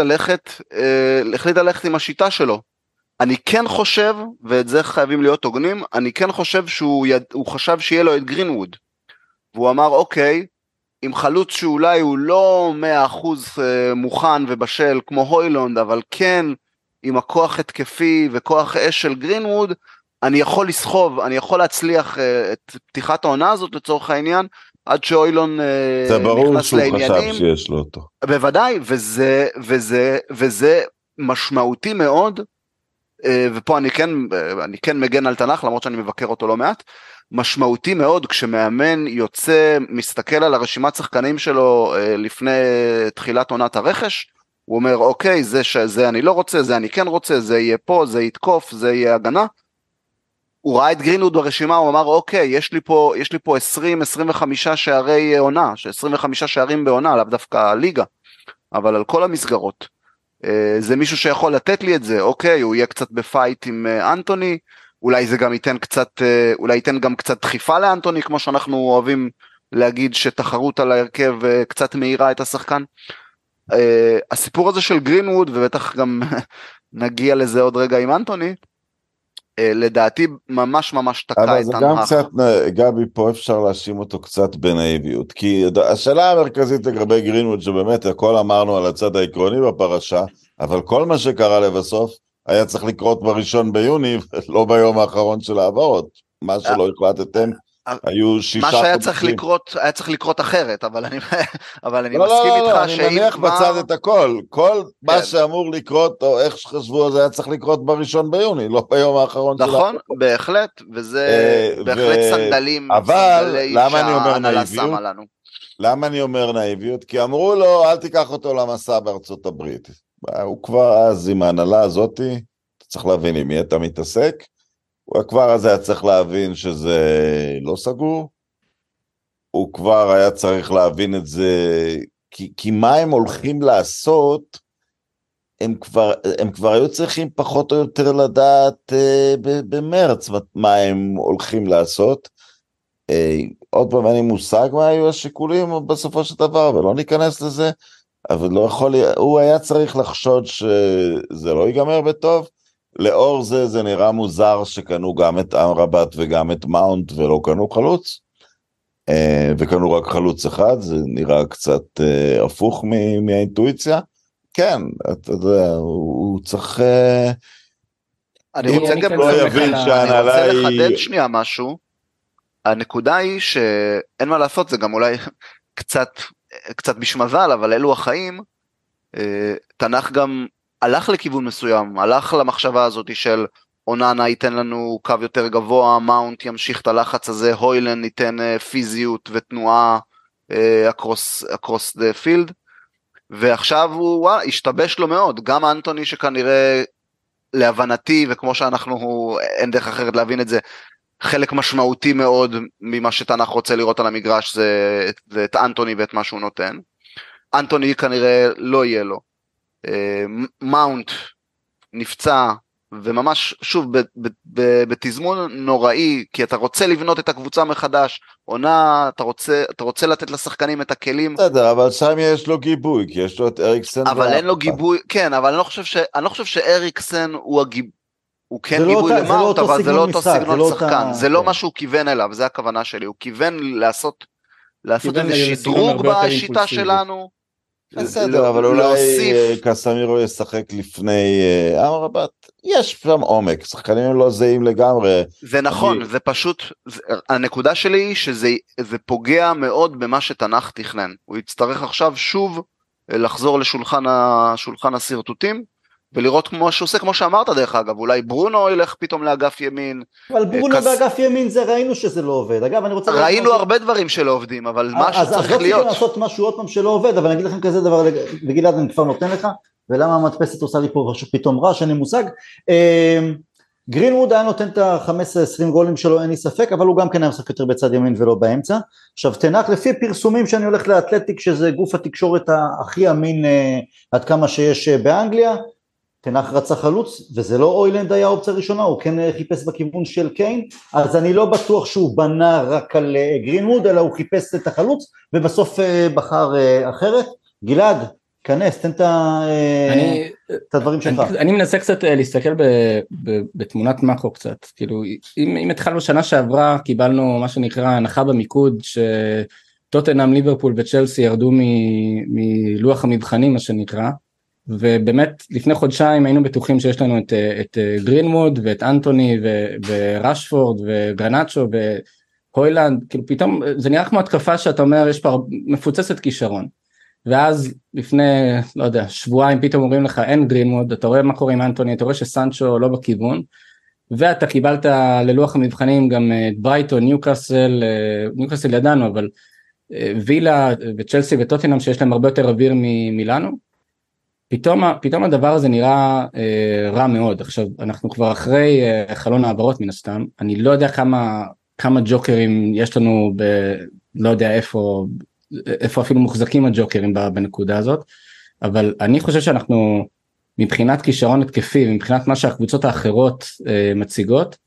ללכת עם השיטה שלו. אני כן חושב, ואת זה חייבים להיות הוגנים, אני כן חושב שהוא חשב שיהיה לו את גרינווד. והוא אמר, אוקיי, עם חלוץ שאולי הוא לא 100% מוכן ובשל כמו הוילונד, אבל כן עם הכוח התקפי וכוח אש של גרינווד, אני יכול לסחוב, אני יכול להצליח את פתיחת העונה הזאת לצורך העניין, עד שאוילון נכנס לעניינים. זה ברור שהוא חשב שיש לו אותו. בוודאי, וזה משמעותי מאוד, ופה אני כן מגן על תנ"ך, למרות שאני מבקר אותו לא מעט, משמעותי מאוד כשמאמן יוצא, מסתכל על הרשימת שחקנים שלו לפני תחילת עונת הרכש, הוא אומר, אוקיי, זה אני לא רוצה, זה אני כן רוצה, זה יהיה פה, זה יתקוף, זה יהיה הגנה. הוא ראה את גרינווד ברשימה, הוא אמר, אוקיי, יש לי פה 20-25 שערי עונה, 25 שערים בעונה, לאו דווקא ליגה, אבל על כל המסגרות. זה מישהו שיכול לתת לי את זה, אוקיי, הוא יהיה קצת בפייט עם אנטוני, אולי זה גם ייתן גם קצת דחיפה לאנטוני, כמו שאנחנו אוהבים להגיד שתחרות על ההרכב קצת מהירה את השחקן. הסיפור הזה של גרינווד, ובטח גם נגיע לזה עוד רגע עם אנטוני, לדעתי ממש תקע את תנ"ך. אבל זה גם קצת, גבי, פה אפשר להאשים אותו קצת בנאיביות, כי השאלה המרכזית לגבי גרינווד, שבאמת הכל אמרנו על הצד העקרוני בפרשה, אבל כל מה שקרה לבסוף, היה צריך לקרות ב1 ביוני, לא ביום האחרון של העברות. מה שלא החלטתם, היו 6 מה שהיה צריך לקרות, היה צריך לקרות אחרת, אבל אני מסכים איתך אני מניח בצד את הכל, כל מה שאמור לקרות, או איך שחשבו, זה היה צריך לקרות ב1 ביוני, לא ביום האחרון של העברות. נכון, בהחלט, וזה בהחלט סנדלים, אבל למה אני אומר נאיביות? למה אני אומר נאיביות? כי אמרו לו, אל תיקח אותו למסע בארצות הברית. הוא כבר אז עם ההנהלה הזאת, אתה צריך להבין עם מי אתה מתעסק, הוא כבר אז היה צריך להבין שזה לא סגור, הוא כבר היה צריך להבין את זה, כי מה הם הולכים לעשות, הם כבר היו צריכים פחות או יותר לדעת במרץ מה הם הולכים לעשות, עוד פעם אין לי מושג מה היו השיקולים בסופו של דבר, ולא ניכנס לזה, אבל לא יכול, הוא היה צריך לחשוד שזה לא ייגמר בטוב, לאור זה נראה מוזר שקנו גם את אמרבת וגם את מאונט ולא קנו חלוץ, וקנו רק חלוץ אחד, זה נראה קצת הפוך מהאינטואיציה, כן, אתה יודע, הוא צריך, אני רוצה גם לא יבין שהנהלה היא... אני רוצה לחדד שנייה משהו, הנקודה היא שאין מה לעשות, זה גם אולי קצת בשמזל, אבל אלו החיים, תנ"ך גם הלך לכיוון מסוים, הלך למחשבה הזאת של אוננה ייתן לנו קו יותר גבוה, מאונט ימשיך את הלחץ הזה, הוילן ייתן פיזיות ותנועה across the field, ועכשיו הוא השתבש לו מאוד, גם אנטוני שכנראה להבנתי, וכמו שאנחנו, אין דרך אחרת להבין את זה, חלק משמעותי מאוד ממה שתנ"ך רוצה לראות על המגרש, זה את אנטוני ואת מה שהוא נותן, אנטוני כנראה לא יהיה לו, מאונט נפצע, וממש שוב בתזמון נוראי, כי אתה רוצה לבנות את הקבוצה מחדש, עונה, אתה רוצה לתת לשחקנים את הכלים. בסדר, אבל שם יש לו גיבוי, כי יש לו את אריקסן. אבל אין לו גיבוי, כן, אבל אני לא חושב שאריקסן הוא כן גיבוי למאונט, אבל זה לא אותו סגנון שחקן, זה לא מה שהוא כיוון אליו, זה הכוונה שלי, הוא כיוון לעשות איזה שדרוג בשיטה שלנו, בסדר, אבל אולי קסמירו ישחק לפני אמרבת, יש שם עומק, שחקנים לא זהים לגמרי. זה נכון, זה פשוט, הנקודה שלי היא שזה פוגע מאוד במה שתנ"ך תכנן, הוא יצטרך עכשיו שוב לחזור לשולחן הסרטוטים, ולראות כמו שעושה, כמו שאמרת דרך אגב, אולי ברונו ילך פתאום לאגף ימין. אבל ברונו באגף ימין זה ראינו שזה לא עובד. אגב, אני רוצה... ראינו הרבה דברים שלא עובדים, אבל משהו צריך להיות. אז לא לעשות משהו עוד פעם שלא עובד, אבל אני אגיד לכם כזה דבר, וגלעד אני כבר נותן לך, ולמה המדפסת עושה לי פה פתאום רעש, אין לי מושג. גרינווד היה נותן את ה-15-20 גולים שלו, אין לי ספק, אבל הוא גם כן היה משחק יותר בצד ימין ולא באמצע. עכשיו תנ"ך, לפי פרסומים שאני הולך לאתלטיק, שזה גוף התקשורת הכי אמין עד כמה שיש באנגליה, תנ"ך רצה חלוץ, וזה לא אוילנד היה אופציה ראשונה, הוא כן חיפש בכיוון של קיין, אז אני לא בטוח שהוא בנה רק על גרינווד, אלא הוא חיפש את החלוץ, ובסוף בחר אחרת. גלעד, כנס, תן את הדברים שלך. אני מנסה קצת להסתכל בתמונת מאקרו קצת, כאילו, אם התחלנו שנה שעברה, קיבלנו מה שנקרא הנחה במיקוד, שטוטנהאם, ליברפול וצ'לסי ירדו מלוח המבחנים, מה שנקרא, ובאמת לפני חודשיים היינו בטוחים שיש לנו את גרינווד ואת אנטוני ורשפורד וגרנצ'ו והוילנד, כאילו פתאום זה נראה כמו התקפה שאתה אומר יש פה מפוצצת כישרון, ואז לפני לא יודע שבועיים פתאום אומרים לך אין גרינווד, אתה רואה מה קורה עם אנטוני, אתה רואה שסנצ'ו לא בכיוון, ואתה קיבלת ללוח המבחנים גם את ברייטון, ניוקאסל ידענו, אבל וילה וצ'לסי וטוטנהאם שיש להם הרבה יותר אוויר מלנו, פתאום הדבר הזה נראה רע מאוד. עכשיו אנחנו כבר אחרי חלון העברות מן הסתם, אני לא יודע כמה ג'וקרים יש לנו לא יודע איפה אפילו מוחזקים הג'וקרים בנקודה הזאת, אבל אני חושב שאנחנו מבחינת כישרון התקפי, מבחינת מה שהקבוצות האחרות מציגות,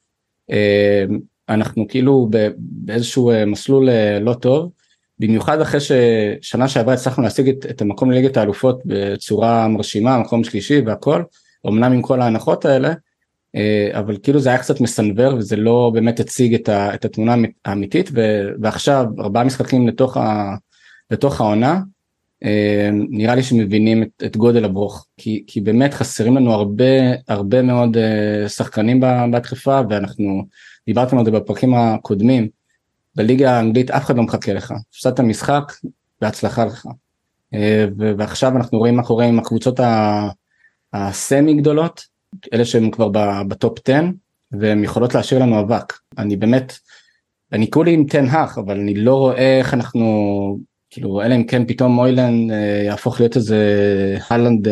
אנחנו כאילו באיזשהו מסלול לא טוב, במיוחד אחרי ששנה שעברה הצלחנו להשיג את המקום לליגת האלופות בצורה מרשימה, מקום שלישי והכל, אמנם עם כל ההנחות האלה, אבל כאילו זה היה קצת מסנבר, וזה לא באמת הציג את התמונה האמיתית, ועכשיו 4 משחקים לתוך העונה, נראה לי שמבינים את גודל הברוך, כי באמת חסרים לנו הרבה מאוד שחקנים בהתקפה, ואנחנו דיברתם על זה בפרקים הקודמים, בליגה האנגלית אף אחד לא מחכה לך, הפסדת משחק בהצלחה לך, ועכשיו אנחנו רואים מה קורה עם הקבוצות הסמי גדולות, אלה שהם כבר בטופ 10, והן יכולות להשאיר לנו אבק. אני כולי עם תנהך, אבל אני לא רואה איך אנחנו, כאילו, אלא אם כן פתאום מוילן יהפוך להיות איזה הלנד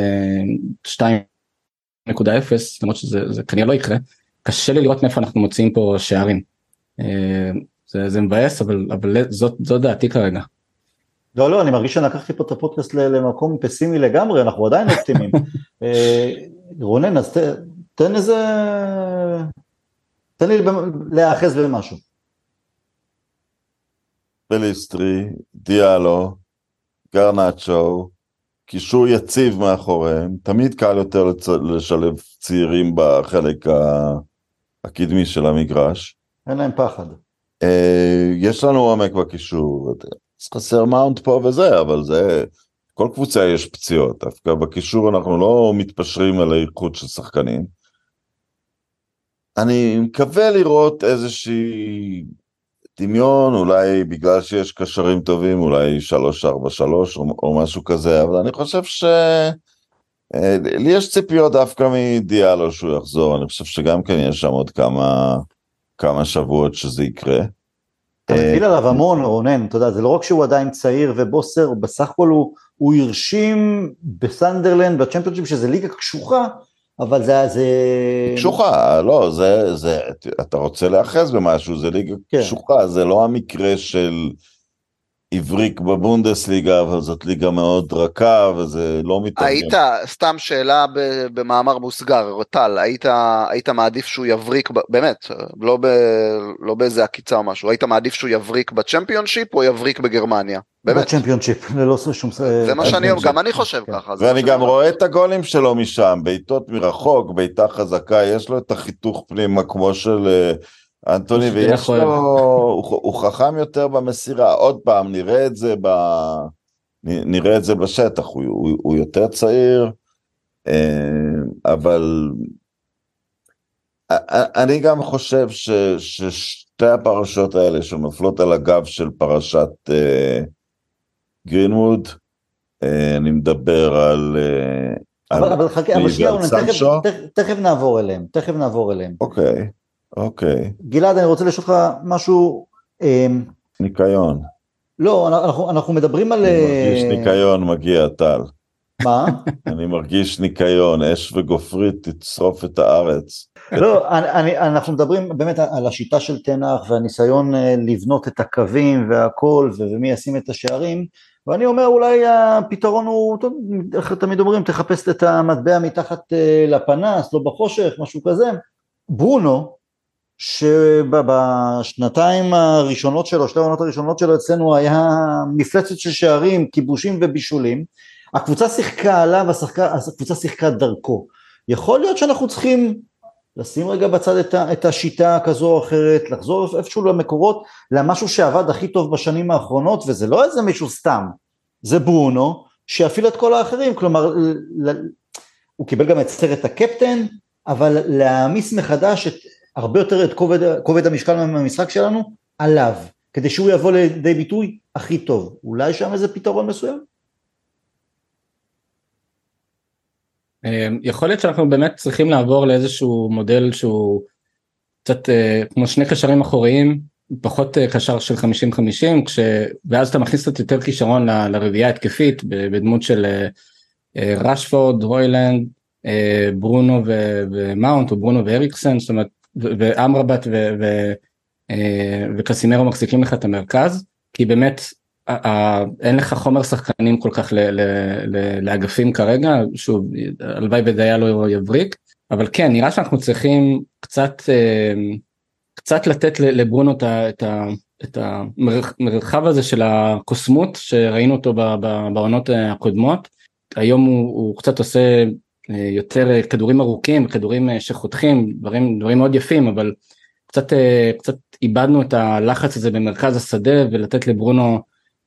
2.0, למרות שזה כנראה לא יקרה, קשה לי לראות מאיפה אנחנו מוצאים פה שערים. זה מבאס, אבל זו דעתי כרגע. לא, אני מרגיש שלקחתי פה את הפודקאסט למקום פסימי לגמרי, אנחנו עדיין אופטימיים. רונן, אז תן לי להאחז במשהו. פליסטרי, דיאלו, גרנצ'ו, קישור יציב מאחוריהם, תמיד קל יותר לשלב צעירים בחלק הקדמי של המגרש. אין להם פחד. יש לנו עומק בקישור, חסר מאונט פה וזה, אבל זה, כל קבוצה יש פציעות, דווקא בקישור אנחנו לא מתפשרים על האיכות של שחקנים. אני מקווה לראות איזושהי דמיון, אולי בגלל שיש קשרים טובים, אולי 3-4-3 או משהו כזה, אבל אני חושב לי יש ציפיות דווקא מדיאלו שהוא יחזור, אני חושב שגם כן יש שם עוד כמה שבועות שזה יקרה. אתה מפיל עליו המון, רונן, אתה יודע, זה לא רק שהוא עדיין צעיר ובוסר, בסך הכל הוא הרשים בסנדרלנד, בצ'מפיונשיפ, שזה ליגה קשוחה, אבל זה... קשוחה, לא, אתה רוצה לאחז במשהו, זה ליגה קשוחה, זה לא המקרה של הבריק בבונדסליגה, אבל זאת ליגה מאוד רכה, וזה לא מתרגם. היית, סתם שאלה במאמר מוסגר, טל, היית מעדיף שהוא יבריק, באמת, לא באיזה עקיצה או משהו, היית מעדיף שהוא יבריק בצ'מפיונשיפ או יבריק בגרמניה? באמת. בצ'מפיונשיפ, ללא שום... זה מה שאני, גם אני חושב ככה. ואני גם רואה את הגולים שלו משם, בעיטות מרחוק, בעיטה חזקה, יש לו את החיתוך פנימה כמו של אנטוני, ויש לו, הוא חכם יותר במסירה. עוד פעם, נראה את זה בשטח, הוא יותר צעיר, אבל אני גם חושב ששתי הפרשות האלה שנופלות על הגב של פרשת גרינווד, אני מדבר על אבל חכה, אבל שנייה, תכף נעבור אליהם. אוקיי. גלעד, אני רוצה לשאול אותך משהו. ניקיון. לא, אנחנו מדברים על... אני מרגיש ניקיון מגיע, טל. מה? אני מרגיש ניקיון, אש וגופרית תצרוף את הארץ. לא, אנחנו מדברים באמת על השיטה של תנח והניסיון לבנות את הקווים והכל ומי ישים את השערים, ואני אומר אולי הפתרון הוא, איך תמיד אומרים, תחפש את המטבע מתחת לפנס, לא בחושך, משהו כזה. ברונו, שבשנתיים הראשונות שלו, שתי העונות הראשונות שלו אצלנו היה מפלצת של שערים, כיבושים ובישולים, הקבוצה שיחקה עליו, הקבוצה שיחקה דרכו. יכול להיות שאנחנו צריכים לשים רגע בצד את השיטה כזו או אחרת, לחזור איפשהו למקורות, למשהו שעבד הכי טוב בשנים האחרונות, וזה לא איזה מישהו סתם, זה ברונו, שיפעיל את כל האחרים, כלומר, הוא קיבל גם את סרט הקפטן, אבל להעמיס מחדש הרבה יותר את כובד המשקל מהמשחק שלנו, עליו, כדי שהוא יבוא לידי ביטוי הכי טוב. אולי שם איזה פתרון מסוים? יכול להיות שאנחנו באמת צריכים לעבור לאיזשהו מודל שהוא קצת כמו שני קשרים אחוריים, פחות קשר של 50-50, ואז אתה מכניס קצת יותר כישרון לרביעייה התקפית, בדמות של רשפורד, הוילנד, ברונו ומאונט, או ברונו ואריקסן, זאת אומרת, ואמרבט וקסימרו מחזיקים לך את המרכז, כי באמת אין לך חומר שחקנים כל כך לאגפים כרגע, שוב, הלוואי ודיה לא יבריק, אבל כן, נראה שאנחנו צריכים קצת לתת לברונו את המרחב הזה של הקוסמות, שראינו אותו בעונות הקודמות. היום הוא קצת עושה יותר כדורים ארוכים, כדורים שחותכים, דברים מאוד יפים, אבל קצת איבדנו את הלחץ הזה במרכז השדה, ולתת לברונו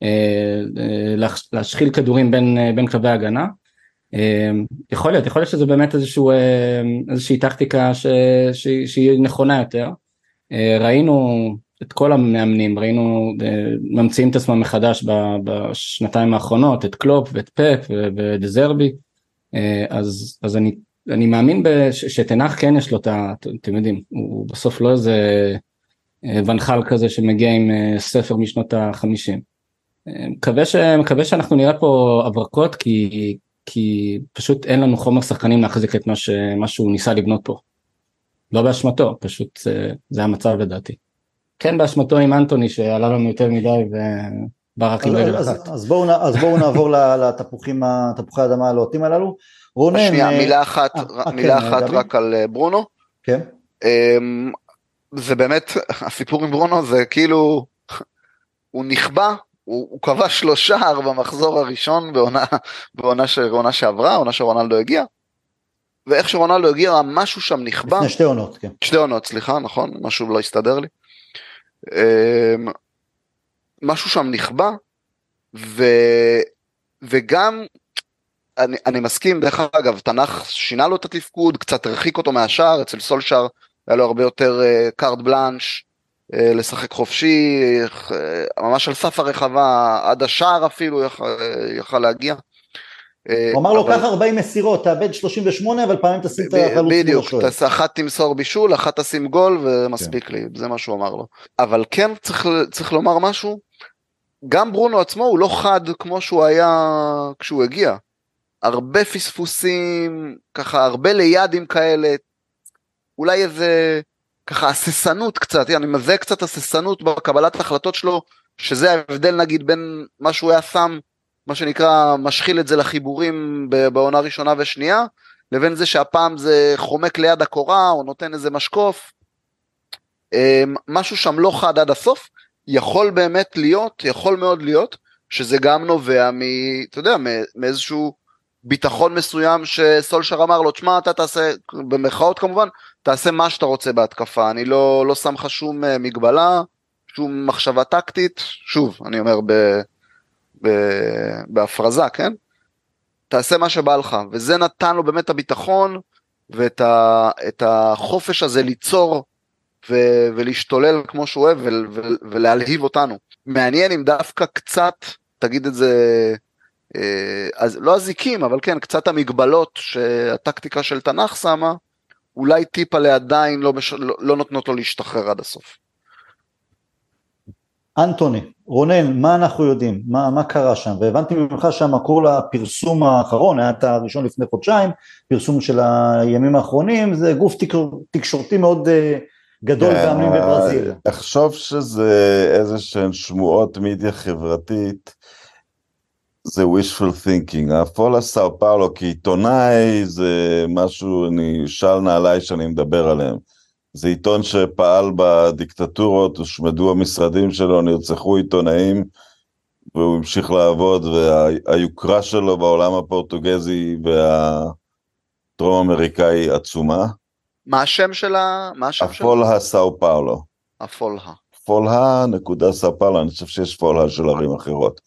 להשחיל כדורים בין קווי ההגנה. יכול להיות שזה באמת איזושהי טקטיקה שהיא נכונה יותר. ראינו את כל המאמנים, ראינו ממציאים את עצמם מחדש בשנתיים האחרונות, את קלופ ואת פפ ודזרבי, אז אני מאמין שתנח כן יש לו אתם יודעים, הוא בסוף לא איזה ונחל כזה שמגיע עם ספר משנות ה-50. מקווה שאנחנו נראה פה הברקות, כי פשוט אין לנו חומר שחקנים להחזיק את מה שהוא ניסה לבנות פה. לא באשמתו, פשוט זה המצב לדעתי. כן באשמתו עם אנטוני שעלה לנו יותר מדי וברק עם רגל אחת. אז בואו נעבור לתפוחי האדמה הלוהטים הללו. רונן... שנייה, מילה אחת רק על ברונו. כן. זה באמת, הסיפור עם ברונו זה כאילו, הוא נכבה, הוא קבע 3 שער במחזור הראשון בעונה שעברה, עונה שרונלדו הגיע, ואיך שרונלדו הגיע, משהו שם נכבה. לפני 2 עונות, כן. 2 עונות, סליחה, נכון, משהו לא הסתדר לי. משהו שם נכבה, וגם, אני מסכים, דרך אגב, תנח שינה לו את התפקוד, קצת הרחיק אותו מהשער, אצל סולשר היה לו הרבה יותר קארט בלנש, לשחק חופשי, ממש על סף הרחבה, עד השער אפילו יכל להגיע. הוא אמר לו ככה 40 מסירות, תאבד 38, אבל פעמים תשים את החלוץ. בדיוק, אחת תמסור בישול, אחת תשים גול, ומספיק לי, זה מה שהוא אמר לו. אבל כן, צריך לומר משהו, גם ברונו עצמו הוא לא חד כמו שהוא היה כשהוא הגיע. הרבה פספוסים, ככה הרבה לידים כאלה, אולי איזה ככה הססנות קצת, אני מזהה קצת הססנות בקבלת ההחלטות שלו, שזה ההבדל נגיד בין מה שהוא היה שם, מה שנקרא משחיל את זה לחיבורים בעונה ראשונה ושנייה, לבין זה שהפעם זה חומק ליד הקורה, או נותן איזה משקוף, משהו שם לא חד עד הסוף, יכול באמת להיות, יכול מאוד להיות, שזה גם נובע אתה יודע, מאיזשהו ביטחון מסוים שסולשר אמר לו, תשמע, אתה תעשה, במחאות כמובן, תעשה מה שאתה רוצה בהתקפה, אני לא שם לך שום מגבלה, שום מחשבה טקטית, שוב, אני אומר בהפרזה, כן? תעשה מה שבא לך, וזה נתן לו באמת הביטחון, ואת החופש הזה ליצור, ולהשתולל כמו שהוא אוהב, ולהלהיב אותנו. מעניין אם דווקא קצת, תגיד את זה, אז לא הזיקים, אבל כן, קצת המגבלות שהטקטיקה של תנ"ך שמה, אולי טיפה עדיין לא נותנות לו להשתחרר עד הסוף. אנטוני, רונן, מה אנחנו יודעים? מה קרה שם? והבנתי ממך שהמקור לפרסום האחרון, היה את הראשון לפני חודשיים, פרסום של הימים האחרונים, זה גוף תקשורתי מאוד גדול באמנים בברזיל. אחשוב שזה איזה שהן שמועות מדיה חברתית, זה wishful thinking, הפועל סאו פאולו כעיתונאי זה משהו, אני שאל נעליי שאני מדבר עליהם, זה עיתון שפעל בדיקטטורות, הושמדו המשרדים שלו, נרצחו עיתונאים, והוא המשיך לעבוד, והיוקרה שלו בעולם הפורטוגזי והדרום אמריקאי עצומה. מה השם שלה? הפועל סאו פאולו. הפועל נקודה סאו פאולו, אני חושב שיש פועל של ערים אחרות.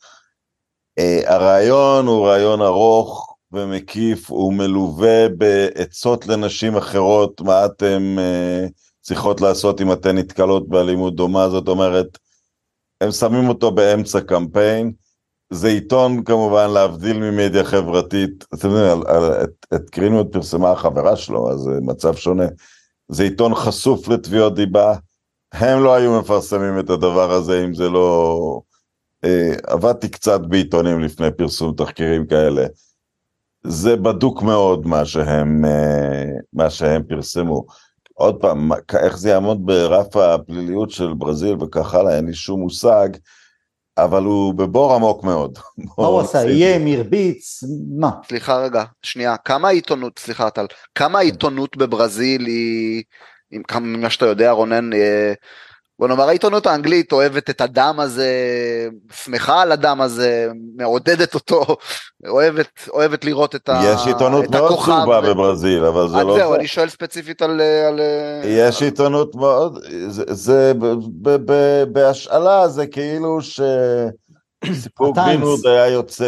הרעיון הוא רעיון ארוך ומקיף, הוא מלווה בעצות לנשים אחרות, מה אתם צריכות לעשות אם אתן נתקלות באלימות דומה, זאת אומרת, הם שמים אותו באמצע קמפיין, זה עיתון כמובן להבדיל ממדיה חברתית, אתם יודעים, את גרינווד פרסמה החברה שלו, אז זה מצב שונה, זה עיתון חשוף לתביעות דיבה, הם לא היו מפרסמים את הדבר הזה אם זה לא... עבדתי קצת בעיתונים לפני פרסום תחקירים כאלה, זה בדוק מאוד מה שהם פרסמו. עוד פעם, איך זה יעמוד ברף הפליליות של ברזיל וכך הלאה, אין לי שום מושג, אבל הוא בבור עמוק מאוד. מה הוא עשה? איים, הרביץ, מה? סליחה רגע, שנייה, כמה העיתונות בברזיל היא, מה שאתה יודע רונן, בוא נאמר, העיתונות האנגלית אוהבת את הדם הזה, שמחה על הדם הזה, מעודדת אותו, אוהבת לראות את הכוכב. יש עיתונות מאוד צהובה בברזיל, אבל זה לא... זהו, אני שואל ספציפית על... יש עיתונות מאוד, זה בהשאלה, זה כאילו שסיפור גרינווד היה יוצא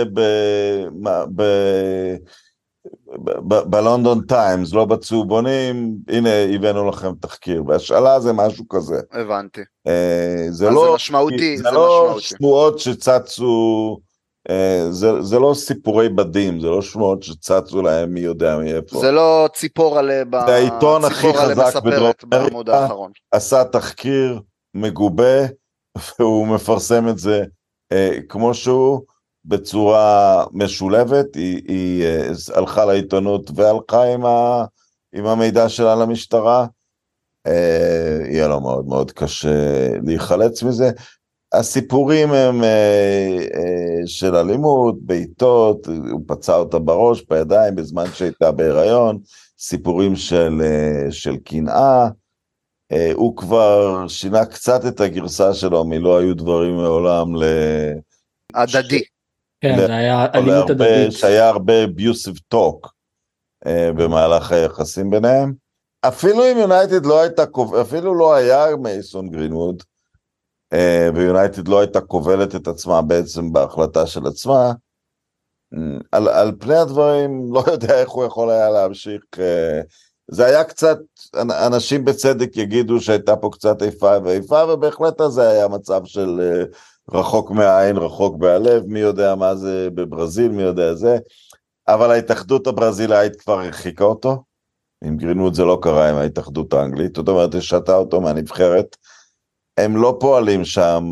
בלונדון טיימס, לא בצהובונים, הנה הבאנו לכם תחקיר, בהשאלה זה משהו כזה. הבנתי. זה לא משמעותי, זה לא שמועות שצצו, זה לא סיפורי בדים, זה לא שמועות שצצו להם מי יודע מאיפה. זה לא ציפור עלי זה העיתון הכי חזק בדרום אמריקה, עשה תחקיר מגובה, והוא מפרסם את זה כמו שהוא, בצורה משולבת, היא הלכה לעיתונות והלכה עם המידע שלה למשטרה, יהיה לו מאוד מאוד קשה להיחלץ מזה. הסיפורים הם של אלימות, בעיטות, הוא פצע אותה בראש, בידיים, בזמן שהייתה בהיריון, סיפורים של קנאה, הוא כבר שינה קצת את הגרסה שלו, מלא היו דברים מעולם הדדי. כן, זה היה אלימות הדדית. שהיה הרבה abusive talk במהלך היחסים ביניהם. אפילו אם יונייטד לא הייתה, אפילו לא היה מייסון גרינווד, ויונייטד לא הייתה כובלת את עצמה בעצם בהחלטה של עצמה, על פני הדברים לא יודע איך הוא יכול היה להמשיך, זה היה קצת, אנשים בצדק יגידו שהייתה פה קצת איפה ואיפה, ובהחלט הזה היה מצב של רחוק מהעין, רחוק בהלב, מי יודע מה זה בברזיל, מי יודע זה, אבל ההתאחדות הברזילאית כבר הרחיקה אותו, עם גרינווד זה לא קרה עם ההתאחדות האנגלית, זאת אומרת, השתה אותו מהנבחרת, הם לא פועלים שם,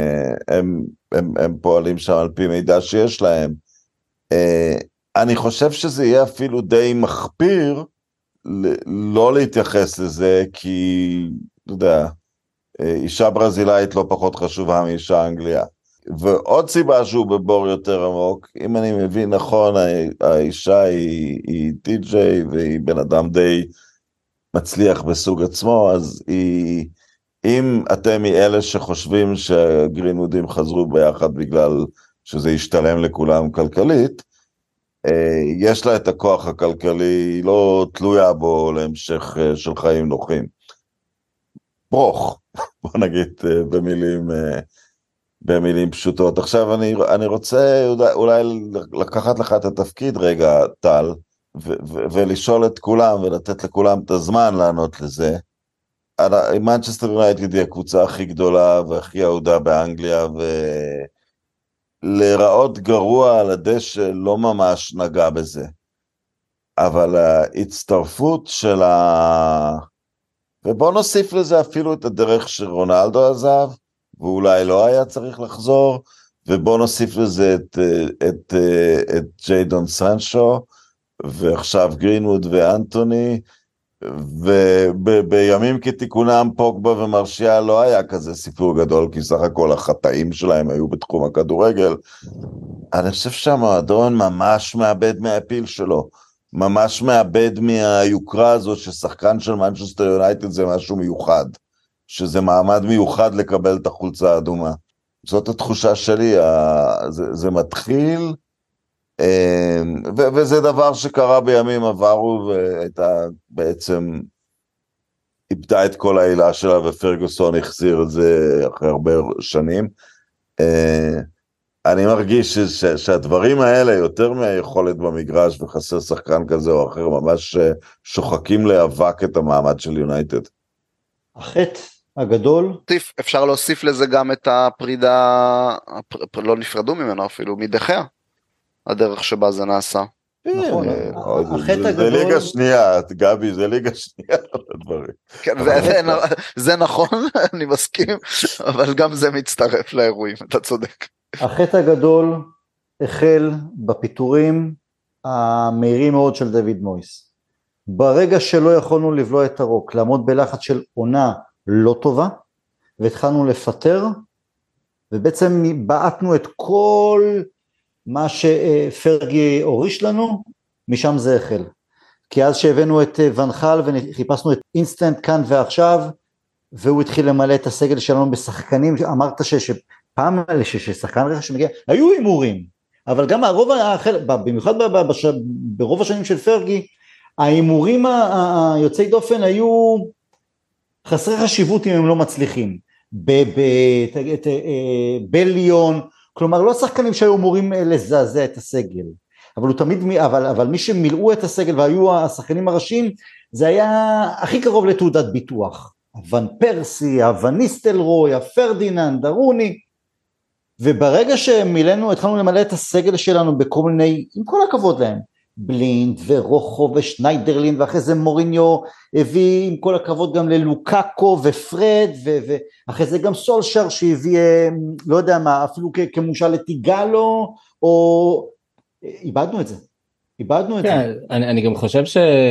הם פועלים שם על פי מידע שיש להם, אני חושב שזה יהיה אפילו די מחפיר, לא להתייחס לזה, כי, אתה יודע, אישה ברזילאית לא פחות חשובה מאישה אנגליה. ועוד סיבה שהוא בבור יותר עמוק, אם אני מבין נכון, האישה היא טי-ג'יי, והיא בן אדם די מצליח בסוג עצמו, אז אם אתם מאלה שחושבים שהגרינוודים חזרו ביחד בגלל שזה ישתלם לכולם כלכלית, יש לה את הכוח הכלכלי, היא לא תלויה בו להמשך של חיים נוחים. ברוך, בוא נגיד במילים פשוטות. עכשיו אני רוצה אולי לקחת לך את התפקיד רגע, טל, ולשאול את כולם ולתת לכולם את הזמן לענות לזה. מנצ'סטר יונייטד היא הקבוצה הכי גדולה והכי אהודה באנגליה, ולהיראות גרוע על הדשא לא ממש נגע בזה. אבל ההצטרפות של ובוא נוסיף לזה אפילו את הדרך שרונלדו עזב, ואולי לא היה צריך לחזור, ובוא נוסיף לזה את ג'יידון סנצ'ו, ועכשיו גרינווד ואנטוני, ובימים כתיקונם פוגבה ומרשיאל לא היה כזה סיפור גדול, כי סך הכל החטאים שלהם היו בתחום הכדורגל. אני חושב שהמועדון ממש מאבד מהפיל שלו, ממש מאבד מהיוקרה הזאת ששחקן של מנצ'סטר יונייטד זה משהו מיוחד, שזה מעמד מיוחד לקבל את החולצה האדומה. זאת התחושה שלי, זה מתחיל, וזה דבר שקרה בימים עברו, והייתה בעצם, איבדה את כל העילה שלה, ופרגוסון החזיר את זה אחרי הרבה שנים. אני מרגיש שהדברים האלה, יותר מהיכולת במגרש, וחסר שחקן כזה או אחר, ממש שוחקים להיאבק את המעמד של יונייטד. החטא הגדול. אפשר להוסיף לזה גם את הפרידה, לא נפרדו ממנו אפילו, מדחיה, הדרך שבה זה נעשה. נכון, החטא הגדול. זה ליגה שנייה, גבי, זה ליגה שנייה. זה נכון, אני מסכים, אבל גם זה מצטרף לאירועים, אתה צודק. החטא הגדול החל בפיטורים המהירים מאוד של דוד מויס. ברגע שלא יכולנו לבלוע את הרוק, לעמוד בלחץ של עונה לא טובה, והתחלנו לפטר, ובעצם בעטנו את כל מה שפרגי הוריש לנו, משם זה החל. כי אז שהבאנו את ונחל וחיפשנו את אינסטנט כאן ועכשיו, והוא התחיל למלא את הסגל שלנו בשחקנים, אמרת שפעם ששחקן רכש שמגיע, היו אימורים, אבל גם הרוב האחר, במיוחד ברוב השנים של פרגי, האימורים היוצאי דופן היו חסרי חשיבות אם הם לא מצליחים, בליון, כלומר לא שחקנים שהיו אמורים לזעזע את הסגל, אבל הוא תמיד, אבל מי שמילאו את הסגל והיו השחקנים הראשיים, זה היה הכי קרוב לתעודת ביטוח, הוון פרסי, הווניסטלרוי, הפרדיננד, הרוני, וברגע שמילאנו, התחלנו למלא את הסגל שלנו בכל מיני, עם כל הכבוד להם, בלינד ורוחו ושניידרלין, ואחרי זה מוריניו הביא עם כל הכבוד גם ללוקאקו ופרד, ואחרי זה גם סולשר שהביא, לא יודע מה, אפילו כמושל לטיגלו, או איבדנו את זה. כן, אני גם חושב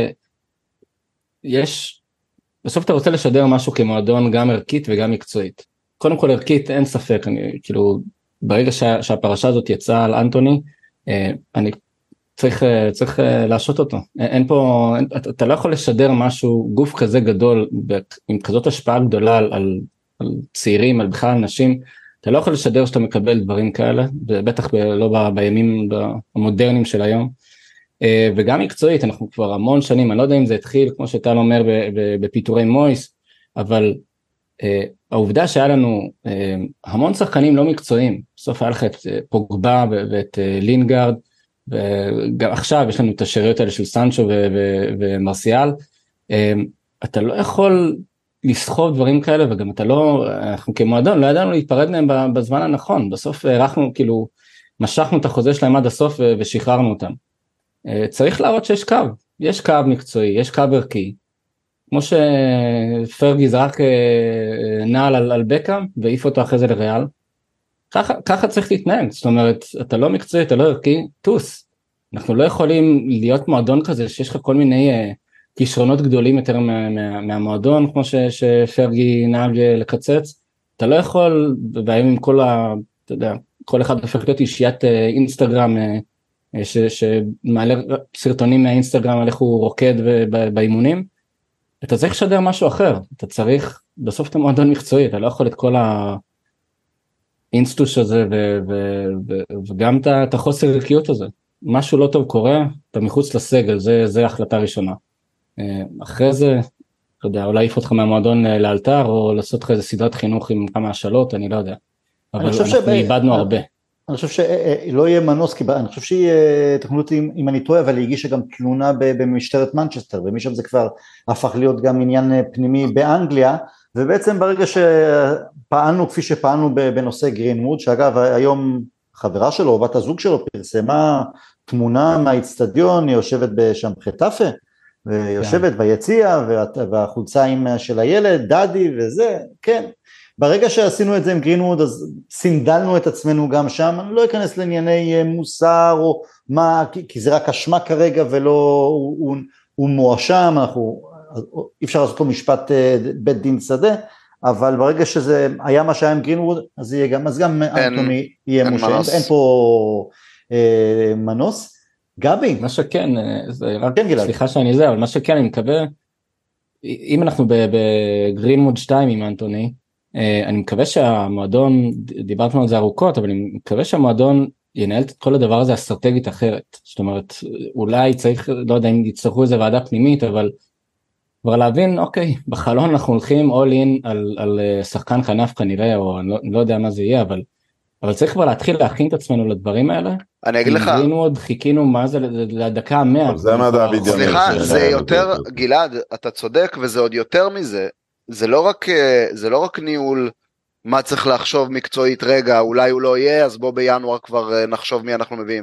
שיש, בסוף אתה רוצה לשדר משהו כמועדון גם ערכית וגם מקצועית. קודם כל ערכית אין ספק, כאילו ברגע שהפרשה הזאת יצאה על אנטוני, אני צריך להשות אותו, אין פה, אתה לא יכול לשדר משהו, גוף כזה גדול, עם כזאת השפעה גדולה על צעירים, על בכלל אנשים, אתה לא יכול לשדר שאתה מקבל דברים כאלה, בטח לא בימים המודרניים של היום, וגם מקצועית, אנחנו כבר המון שנים, אני לא יודע אם זה התחיל, כמו שטל אומר, בפיטורי מויס, אבל העובדה שהיה לנו המון שחקנים לא מקצועיים, בסוף היה לך את פוגבה ואת לינגארד, וגם עכשיו יש לנו את השאריות האלה של סנצ'ו ומרסיאל, אתה לא יכול לסחוב דברים כאלה, וגם אתה לא, אנחנו כמועדון לא ידענו להתפרד מהם בזמן הנכון, בסוף ערכנו, כאילו, משכנו את החוזה שלהם עד הסוף ושחררנו אותם. צריך להראות שיש קו, יש קו מקצועי, יש קו ערכי, כמו שפרגי זרק נעל על בקאם, והעיף אותו אחרי זה לריאל, ככה צריך להתנהג, זאת אומרת, אתה לא מקצועי, אתה לא ערכי, טוס. אנחנו לא יכולים להיות מועדון כזה, שיש לך כל מיני כישרונות גדולים יותר מהמועדון, כמו שפרגי נהג לקצץ, אתה לא יכול, והיום עם אתה יודע, כל אחד הופך להיות אישיית אינסטגרם, שמעלה סרטונים מהאינסטגרם על איך הוא רוקד באימונים, אתה צריך לשדר משהו אחר, אתה צריך בסוף את המועדון מקצועי, אתה לא יכול את כל האינסטוש הזה, וגם את החוסר ערכיות הזה, משהו לא טוב קורה, אתה מחוץ לסגל, זה החלטה ראשונה. אחרי זה, אתה יודע, אולי יעיף אותך מהמועדון לאלתר, או לעשות לך איזה סדרת חינוך עם כמה השאלות, אני לא יודע. אבל אנחנו איבדנו הרבה. אני חושב שלא יהיה מנוס, כי אני חושב שהיא, תקנו אותי אם אני טועה, אבל היא הגישה גם תלונה במשטרת מנצ'סטר, ומשם זה כבר הפך להיות גם עניין פנימי באנגליה, ובעצם ברגע שפעלנו כפי שפעלנו בנושא גרינווד, שאגב היום חברה שלו, או בת הזוג שלו, פרסמה תמונה מהאצטדיון, היא יושבת שם חטאפה, ויושבת ביציע, והחולצה של הילד, דדי וזה, כן. ברגע שעשינו את זה עם גרינווד, אז סינדלנו את עצמנו גם שם, אני לא אכנס לענייני מוסר, או מה, כי זה רק אשמה כרגע, ולא, הוא מואשם, אי אפשר לעשות לו משפט בית דין שדה, אבל ברגע שזה היה מה שהיה עם גרינווד, אז גם אנטוני יהיה מושם, אין פה מנוס. גבי? מה שכן, סליחה שאני זה, אבל מה שכן, אני מקווה, אם אנחנו בגרינווד 2 עם אנטוני, אני מקווה שהמועדון, דיברנו על זה ארוכות, אבל אני מקווה שהמועדון ינהל את כל הדבר הזה אסטרטגית אחרת, זאת אומרת, אולי צריך, לא יודע אם יצטרכו איזה ועדה פנימית, אבל כבר להבין, אוקיי, בחלון אנחנו הולכים all in על שחקן כנף כנראה, או אני לא יודע מה זה יהיה, אבל צריך כבר להתחיל להכין את עצמנו לדברים האלה. אני אגיד לך. עוד חיכינו מה זה לדקה 100. זה מדע בדיוק. סליחה, זה יותר, גלעד, אתה צודק, וזה עוד יותר מזה, זה לא רק ניהול, מה צריך לחשוב מקצועית, רגע, אולי הוא לא יהיה, אז בוא בינואר כבר נחשוב מי אנחנו מביאים.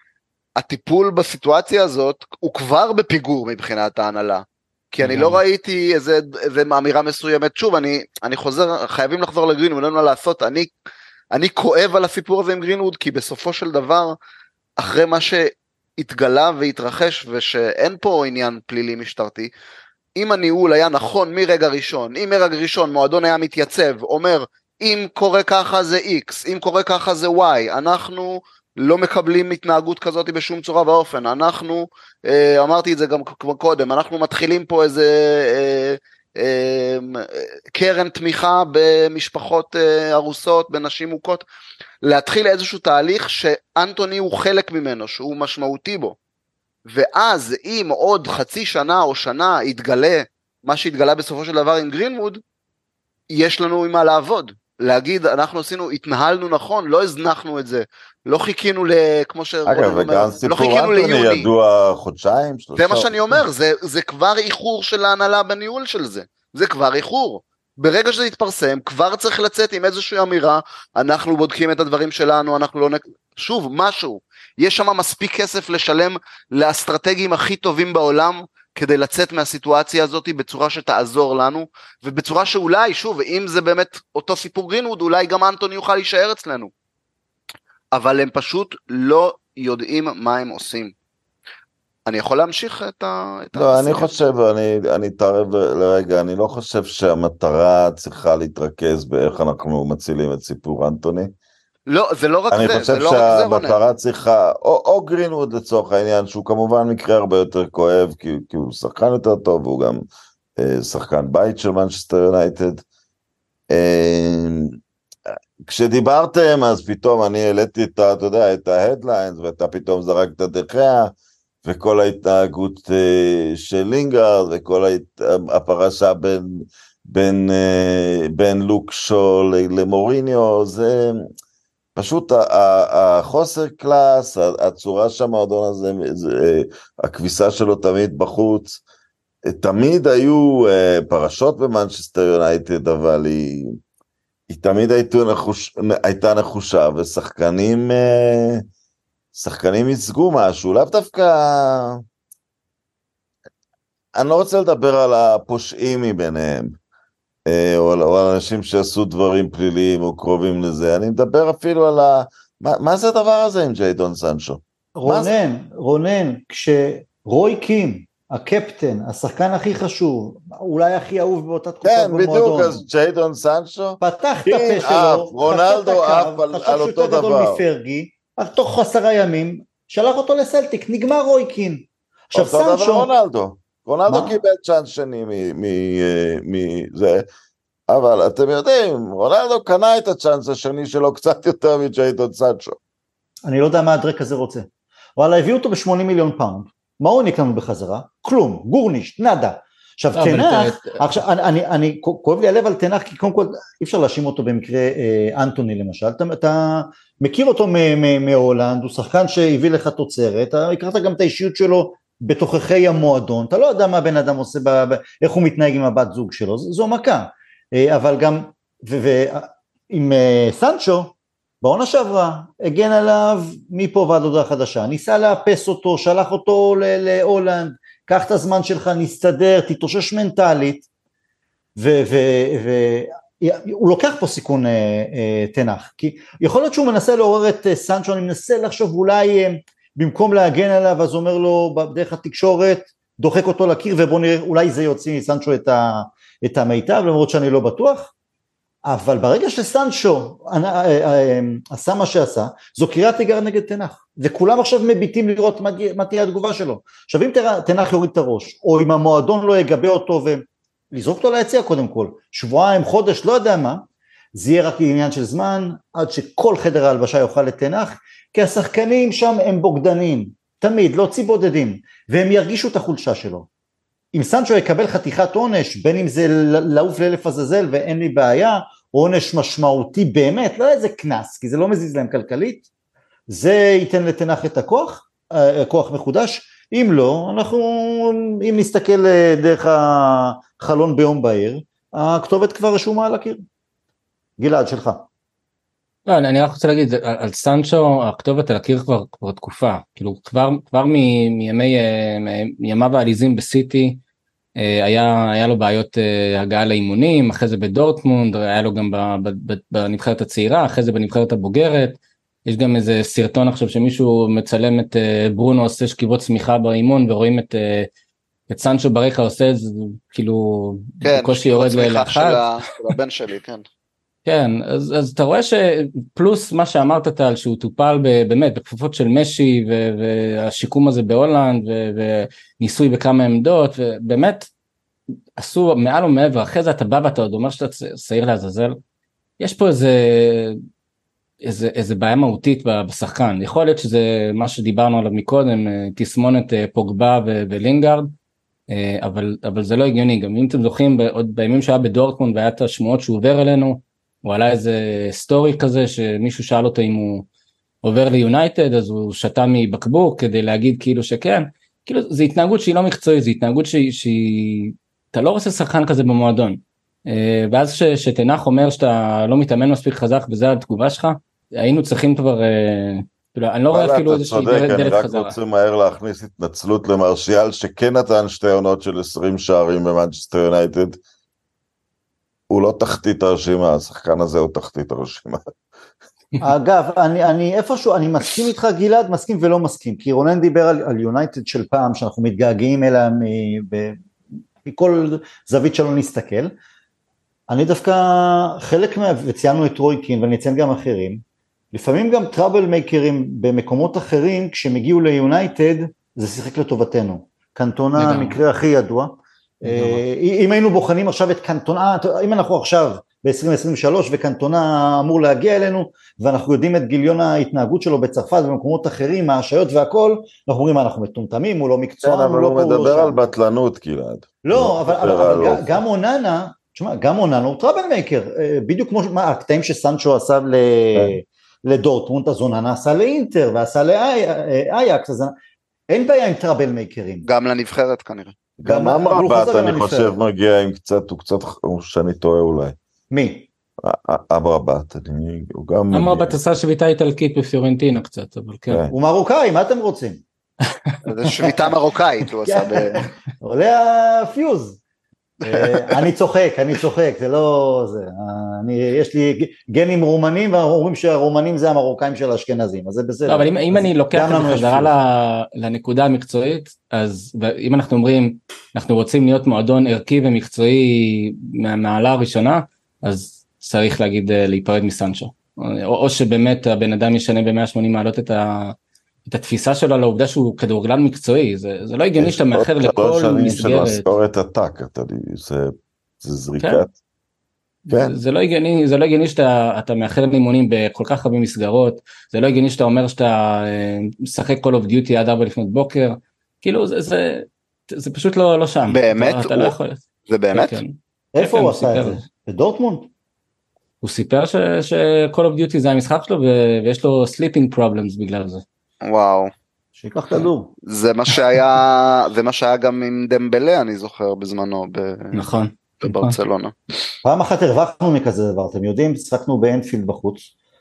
הטיפול בסיטואציה הזאת, הוא כבר בפיגור מבחינת ההנהלה. כי אני לא ראיתי איזה אמירה מסוימת, שוב, אני חוזר, חייבים לחזור לגרינווד, אין מה לעשות, אני כואב על הסיפור הזה עם גרינווד, כי בסופו של דבר, אחרי מה שהתגלה והתרחש, ושאין פה עניין פלילי משטרתי, אם הניהול היה נכון מרגע ראשון, אם מרגע ראשון מועדון היה מתייצב, אומר, אם קורה ככה זה X, אם קורה ככה זה Y, אנחנו לא מקבלים התנהגות כזאת בשום צורה ואופן, אנחנו, אמרתי את זה גם כבר קודם, אנחנו מתחילים פה איזה קרן תמיכה במשפחות ארוסות, בנשים מוכות, להתחיל איזשהו תהליך שאנטוני הוא חלק ממנו, שהוא משמעותי בו, ואז אם עוד חצי שנה או שנה יתגלה מה שהתגלה בסופו של דבר עם גרינווד, יש לנו עם מה לעבוד, להגיד אנחנו עשינו, התנהלנו נכון, לא הזנחנו את זה, לא חיכינו כמו אגב, וגם סיפור אנטוני ידוע חודשיים, זה מה שאני אומר, זה כבר איחור של ההנהלה בניהול של זה, זה כבר איחור, ברגע שזה יתפרסם, כבר צריך לצאת עם איזושהי אמירה, אנחנו בודקים את הדברים שלנו, אנחנו לא שוב, משהו, יש שם מספיק כסף לשלם לאסטרטגיים הכי טובים בעולם, כדי לצאת מהסיטואציה הזאת בצורה שתעזור לנו, ובצורה שאולי, שוב, אם זה באמת אותו סיפור גרינווד, אולי גם אנטוני יוכל להישאר אצלנו. אבל הם פשוט לא יודעים מה הם עושים. אני יכול להמשיך את לא, אני חושב, אני אתערב לרגע, אני לא חושב שהמטרה צריכה להתרכז באיך אנחנו מצילים את סיפור אנטוני. לא, זה לא רק זה. אני חושב שהמטרה צריכה, או גרינווד לצורך העניין, שהוא כמובן מקרה הרבה יותר כואב, כי הוא שחקן יותר טוב, והוא גם שחקן בית של מנצ'סטר יונייטד. כשדיברתם, אז פתאום אני העליתי אתה יודע, את ההדליינס, ואתה פתאום זרקת דחיה, וכל ההתנהגות של לינגארד, וכל הפרשה בין לוק שו למוריניו, זה פשוט החוסר קלאס, הצורה שהמועדון הזה, הכביסה שלו תמיד בחוץ, תמיד היו פרשות במנצ'סטר יונייטד, אבל היא תמיד הייתה נחושה, ושחקנים ייצגו משהו, לאו דווקא, אני לא רוצה לדבר על הפושעים מביניהם, או על אנשים שעשו דברים פליליים או קרובים לזה, אני מדבר אפילו על מה זה הדבר הזה עם ג'ידון סנצ'ו? רונן, כשרוי קין הקפטן, השחקן הכי חשוב, אולי הכי אהוב באותה תקופה כן, במועדון. בדיוק, אז ג'יידון סנצ'ו, פתח את הפה שלו, רונלדו עף על אותו גדול דבר. מפרגי, תוך 10 ימים, שלח אותו לסלטיק, נגמר רויקין. עכשיו אותו דבר רונלדו. רונלדו מה? קיבל צ'אנס שני מזה, אבל אתם יודעים, רונלדו קנה את הצ'אנס השני שלו קצת יותר מג'יידון סנצ'ו. אני לא יודע מה הדרק הזה רוצה. וואלה, הביאו אותו ב-80 מיליון פאונד. מה הוא העניק לנו בחזרה? כלום, גורניש, נדה. עכשיו תנח, עכשיו אני כואב לי הלב על תנח, כי קודם כל אי אפשר להאשים אותו במקרה אנטוני למשל, אתה מכיר אותו מהולנד, הוא שחקן שהביא לך תוצרת, אתה הכרת גם את האישיות שלו בתוככי המועדון, אתה לא יודע מה בן אדם עושה, איך הוא מתנהג עם הבת זוג שלו, זו מכה, אבל גם, עם סנצ'ו, בעונה שעברה, הגן עליו מפה ועד הודעה חדשה, ניסה לאפס אותו, שלח אותו להולנד, קח את הזמן שלך, נסתדר, תתאושש מנטלית, והוא לוקח פה סיכון תנח, כי יכול להיות שהוא מנסה לעורר את סנצ'ו, אני מנסה לחשוב אולי במקום להגן עליו, אז אומר לו בדרך התקשורת, דוחק אותו לקיר, ובוא נראה, אולי זה יוציא מסנצ'ו את המיטב, למרות שאני לא בטוח, אבל ברגע שסנצ'ו עשה מה שעשה, זו קריאת תיגר נגד תנח, וכולם עכשיו מביטים לראות מה תהיה התגובה שלו. עכשיו אם תנח יוריד את הראש, או אם המועדון לא יגבה אותו ולזרוק אותו ליציע קודם כל, שבועיים, חודש, לא יודע מה, זה יהיה רק עניין של זמן, עד שכל חדר ההלבשה יוכל לתנח, כי השחקנים שם הם בוגדנים, תמיד, להוציא בודדים, והם ירגישו את החולשה שלו. אם סנצ'ו יקבל חתיכת עונש, בין אם זה לעוף לאלף הזזל ואין לי בעיה, עונש משמעותי באמת, לא איזה כנס, כי זה לא מזיז להם כלכלית, זה ייתן לתנח את הכוח, כוח מחודש, אם לא, אם נסתכל דרך החלון ביום בהיר, הכתובת כבר רשומה על הקיר. גלעד, שלך. לא, אני רק רוצה להגיד, על סנצ'ו, הכתובת על הקיר כבר תקופה, כאילו כבר מימיו העליזים בסיטי, היה לו בעיות הגעה לאימונים, אחרי זה בדורטמונד, היה לו גם בנבחרת הצעירה, אחרי זה בנבחרת הבוגרת, יש גם איזה סרטון עכשיו שמישהו מצלם את ברונו עושה שכיבות צמיחה באימון, ורואים את סנצ'ו ברקע עושה את זה, כאילו, בקושי יורד לאחד. של הבן שלי, כן. כן, אז אתה רואה שפלוס מה שאמרת טל, שהוא טופל באמת בכפפות של משי, והשיקום הזה בהולנד, וניסוי בכמה עמדות, ובאמת עשו מעל ומעבר, אחרי זה אתה בא ואתה עוד אומר שאתה שעיר לעזאזל, יש פה איזה בעיה מהותית בשחקן, יכול להיות שזה מה שדיברנו עליו מקודם, תסמונת פוגבה ולינגארד, אבל זה לא הגיוני, גם אם אתם זוכרים, עוד בימים שהיה בדורטמונד, והיה את השמועות שהוא עובר אלינו, הוא עלה איזה סטורי כזה, שמישהו שאל אותו אם הוא עובר ליונייטד, אז הוא שתה מבקבוק, כדי להגיד כאילו שכן, כאילו זו התנהגות שהיא לא מקצועית, זו התנהגות אתה לא רוצה שחקן כזה במועדון, ואז שתנח אומר שאתה לא מתאמן מספיק חזק, וזה התגובה שלך, היינו צריכים כבר, אני לא רואה אפילו איזושהי דלת חזרה. אני רק רוצה מהר להכניס התנצלות למרשיאל, שכן נתן 2 עונות של 20 שערים במנצ'סטר יונייטד, הוא לא תחתית הרשימה, השחקן הזה הוא תחתית הרשימה. אגב, אני איפשהו, אני מסכים איתך גלעד, מסכים ולא מסכים, כי רונן דיבר על יונייטד של פעם, שאנחנו מתגעגעים אליה מכל זווית שלא נסתכל, אני דווקא חלק וציינו את רויקין, ואני אציין גם אחרים, לפעמים גם טראבל מייקרים במקומות אחרים, כשהם הגיעו ליונייטד, זה שיחק לטובתנו, קנטונה המקרה הכי ידוע, אם היינו בוחנים עכשיו את קנטונה, אם אנחנו עכשיו ב-2023 וקנטונה אמור להגיע אלינו, ואנחנו יודעים את גיליון ההתנהגות שלו בצרפת ובמקומות אחרים, מהשעיות והכל, אנחנו אומרים אנחנו מטומטמים, הוא לא מקצוען, אבל הוא מדבר על בטלנות גלעד. לא, אבל גם אוננה, תשמע, גם אוננה הוא טראבל מייקר, בדיוק כמו הקטעים שסנצ'ו עשה לדורטמונד, אז אוננה עשה לאינטר ועשה לאייקס, אז אין בעיה עם טראבל מייקרים. גם לנבחרת כנראה. גם אמרבת אני חושב מגיע עם קצת, הוא קצת, שאני טועה אולי. מי? אמרבת, הוא גם... אמרבת עשה שביתה איטלקית בפיורנטינה קצת, אבל כן. הוא מרוקאי, מה אתם רוצים? זה שביתה מרוקאית הוא עשה ב... עולה הפיוז. אני צוחק, זה לא זה. יש לי גנים רומנים, ואומרים שהרומנים זה המרוקאים של האשכנזים, אז זה בסדר. לא, אבל אם אני לוקח את זה חזרה לנקודה המקצועית, אז אם אנחנו אומרים, אנחנו רוצים להיות מועדון ערכי ומקצועי מהמעלה הראשונה, אז צריך להגיד להיפרד מסנצ'ו. או שבאמת הבן אדם ישנה ב-180 מעלות את התפיסה שלו לעובדה שהוא כדורגלן מקצועי, זה לא הגיוני שאתה מאחר לכל מסגרת. 3 שנים של משכורת עתק, זה זריקת. כן. זה לא הגיוני שאתה מאחר לאימונים בכל כך הרבה מסגרות, זה לא הגיוני שאתה אומר שאתה משחק Call of Duty עד 4 לפנות בוקר, כאילו זה פשוט לא שם. באמת? זה באמת? איפה הוא עשה את זה? בדורטמונד? הוא סיפר ש-Call of Duty זה המשחק שלו, ויש לו sleeping problems בגלל זה. וואו. שיקח כדור. זה מה שהיה גם עם דמבלה, אני זוכר בזמנו. נכון. בברצלונה. פעם אחת הרווחנו מכזה דבר, אתם יודעים, שחקנו באנפילד בחוץ,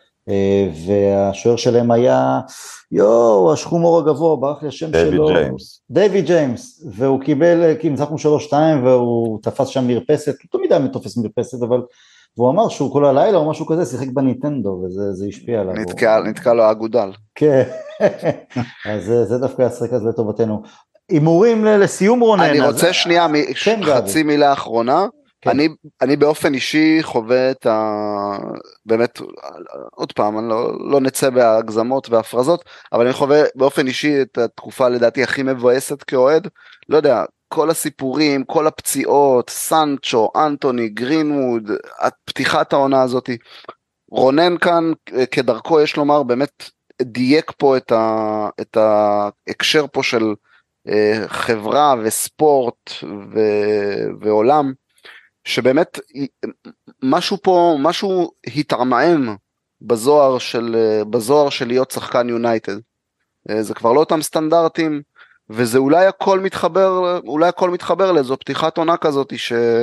והשוער שלהם היה, השחומור הגבוה, ברח לי השם שלו. דיוויד ג'יימס, והוא קיבל, כי ניצחנו 3-2, והוא תפס שם מרפסת, הוא תמיד היה תופס מרפסת, אבל והוא אמר שהוא כל הלילה או משהו כזה, שיחק בניטנדו, וזה השפיע עליו. נתקע לו האגודל. כן, אז זה דווקא השחק הזה לטובתנו. הימורים לסיום רונן. אני רוצה שנייה, חצי מילה אחרונה, אני באופן אישי חווה את באמת, עוד פעם, אני לא נצא בהגזמות והפרזות, אבל אני חווה באופן אישי את התקופה לדעתי הכי מבואסת כאוהד, לא יודע, כל הסיפורים, כל הפציעות, סנצ'ו, אנטוני, גרינווד, פתיחת העונה הזאת, רונן כאן כדרכו יש לומר, באמת דייק פה את ההקשר פה של חברה וספורט ועולם, שבאמת משהו התרמם בזוהר של להיות שחקן יונייטד, זה כבר לא אותם סטנדרטים, וזה אולי הכל מתחבר לאיזו פתיחת עונה כזאת,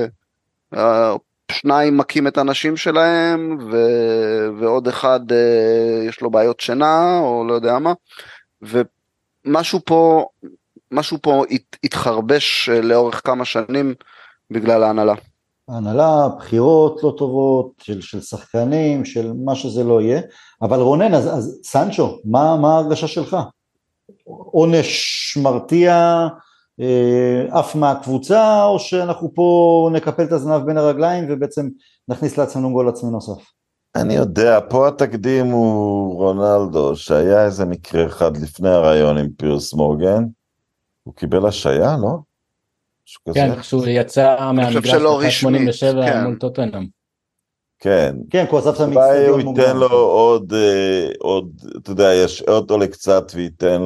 שניים מכים את האנשים שלהם, ועוד אחד יש לו בעיות שינה, או לא יודע מה, ומשהו פה התחרבש לאורך כמה שנים, בגלל ההנהלה. ההנהלה, בחירות לא טובות, של שחקנים, של מה שזה לא יהיה, אבל רונן, אז סנצ'ו, מה ההרגשה שלך? עונש מרתיע, אף מהקבוצה, או שאנחנו פה נקפל את הזנב בין הרגליים, ובעצם נכניס לעצמנו גול עצמי נוסף? אני יודע, פה התקדים הוא רונלדו, שהיה איזה מקרה אחד לפני הרעיון עם פירס מורגן, הוא קיבל השעיה, לא? כן, כשהוא יצא מהמגרש ב-87 מול טוטנהאם. כן, כן, הוא עזב את המצטדיון מוקדם. הוא ייתן לו עוד, אתה יודע, ישעות לו לקצת וייתן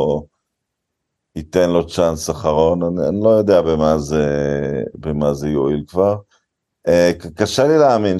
לו צ'אנס אחרון, אני לא יודע במה זה יועיל כבר. קשה לי להאמין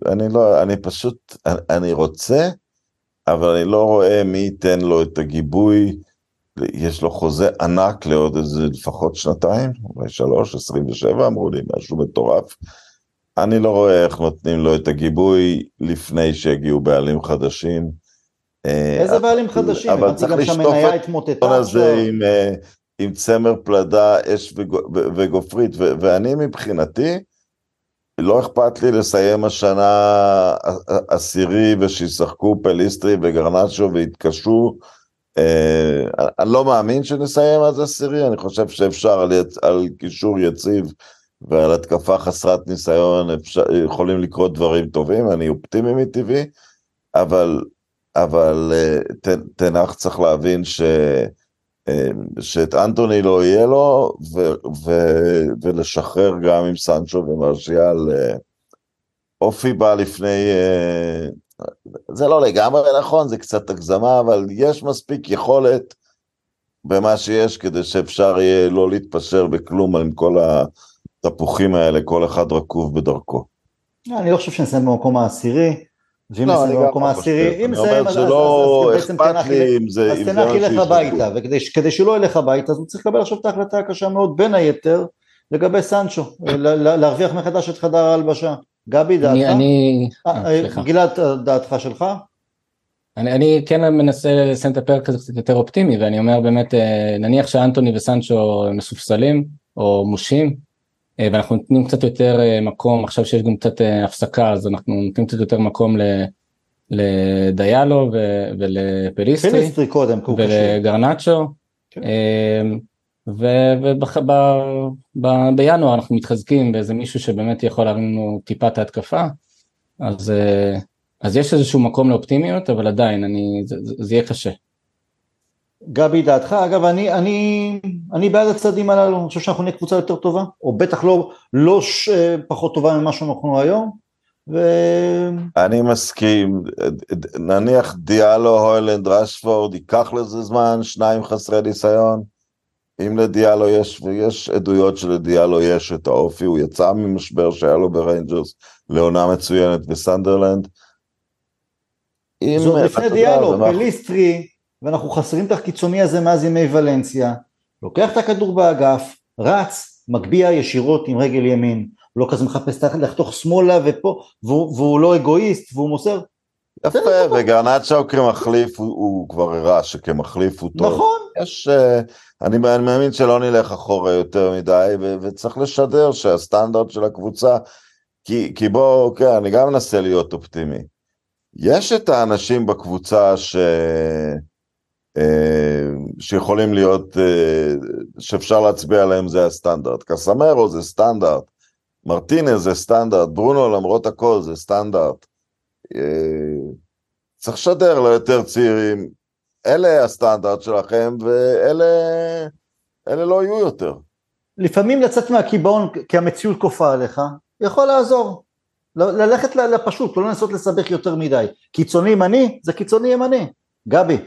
אני רוצה, אבל אני לא רואה מי ייתן לו את הגיבוי, יש לו חוזה ענק לעוד איזה לפחות 2, אולי 3, 27, אמרו לי משהו מטורף, אני לא רואה איך נותנים לו את הגיבוי לפני שהגיעו בעלים חדשים. איזה בעלים חדשים? אבל צריך לשטוף את הזה עם צמר פלדה, אש וגופרית, ואני מבחינתי, לא אכפת לי לסיים השנה 10 ושישחקו פליסטרי וגרנצ'ו והתקשו, אני לא מאמין שנסיים אז 10, אני חושב שאפשר על קישור יציב ועל התקפה חסרת ניסיון, יכולים לקרות דברים טובים, אני אופטימי מטבעי, אבל תנח צריך להבין שאת אנטוני לא יהיה לו, ולשחרר גם עם סנצ'ו ומרשיאל, אופי בא לפני, זה לא לגמרי נכון, זה קצת הגזמה, אבל יש מספיק יכולת במה שיש, כדי שאפשר יהיה לא להתפשר בכלום עם כל התפוחים האלה, כל אחד רקוב בדרכו. אני לא חושב שנסיים במקום העשירי, ואם נסיים במקום העשירי, אם נסיים, אז תנח ילך הביתה, וכדי שהוא לא ילך הביתה, אז הוא צריך לקבל עכשיו את ההחלטה הקשה מאוד, בין היתר, לגבי סנצ'ו, להרוויח מחדש את חדר ההלבשה. גבי, דעתך? גלעד, דעתך שלך? אני כן מנסה לסיים את הפרק כזה קצת יותר אופטימי, ואני אומר באמת, נניח שאנטוני וסנצ'ו מסופסלים, או מושים, ואנחנו נותנים קצת יותר מקום, עכשיו שיש גם קצת הפסקה, אז אנחנו נותנים קצת יותר מקום לדיאלו ולפליסטרי. פליסטרי קודם, ולגרנצ'ו. ובינואר אנחנו מתחזקים באיזה מישהו שבאמת יכול להרים לנו טיפת ההתקפה, אז יש איזשהו מקום לאופטימיות, אבל עדיין זה יהיה קשה. גבי, דעתך? אגב, אני בעד הצעדים הללו, אני חושב שאנחנו נהיה קבוצה יותר טובה, או בטח לא פחות טובה ממה שאנחנו היום, אני מסכים, נניח דיאלו, הוילנד, רשפורד, ייקח לזה זמן, שניים חסרי ניסיון, אם לדיאלו יש עדויות שלדיאלו יש את האופי, הוא יצא ממשבר שהיה לו בריינג'רס, לעונה מצוינת בסנדרלנד. זאת לפני דיאלו, פליסטרי, ואנחנו חסרים את הקיצוני הזה מאז ימי ולנסיה, לוקח את הכדור באגף, רץ, מגביע ישירות עם רגל ימין, הוא לא כזה מחפש לחתוך שמאלה ופה, והוא לא אגואיסט, והוא מוסר. יפה, וגרנצ'ו כמחליף, הוא כבר הראה שכמחליף הוא טוב. נכון. אני מאמין שלא נלך אחורה יותר מדי, וצריך לשדר שהסטנדרט של הקבוצה, כי בוא, כן, אני גם מנסה להיות אופטימי. יש את האנשים בקבוצה שיכולים להיות, שאפשר להצביע עליהם, זה הסטנדרט. קסמרו זה סטנדרט, מרטינז זה סטנדרט, ברונו למרות הכל זה סטנדרט. צריך לשדר ליותר צעירים, אלה הסטנדרט שלכם, ואלה לא יהיו יותר. לפעמים לצאת מהקיבעון, כי המציאות כופה עליך, יכול לעזור. ללכת לפשוט, לא לנסות לסבך יותר מדי. קיצוני ימני, זה קיצוני ימני. גבי.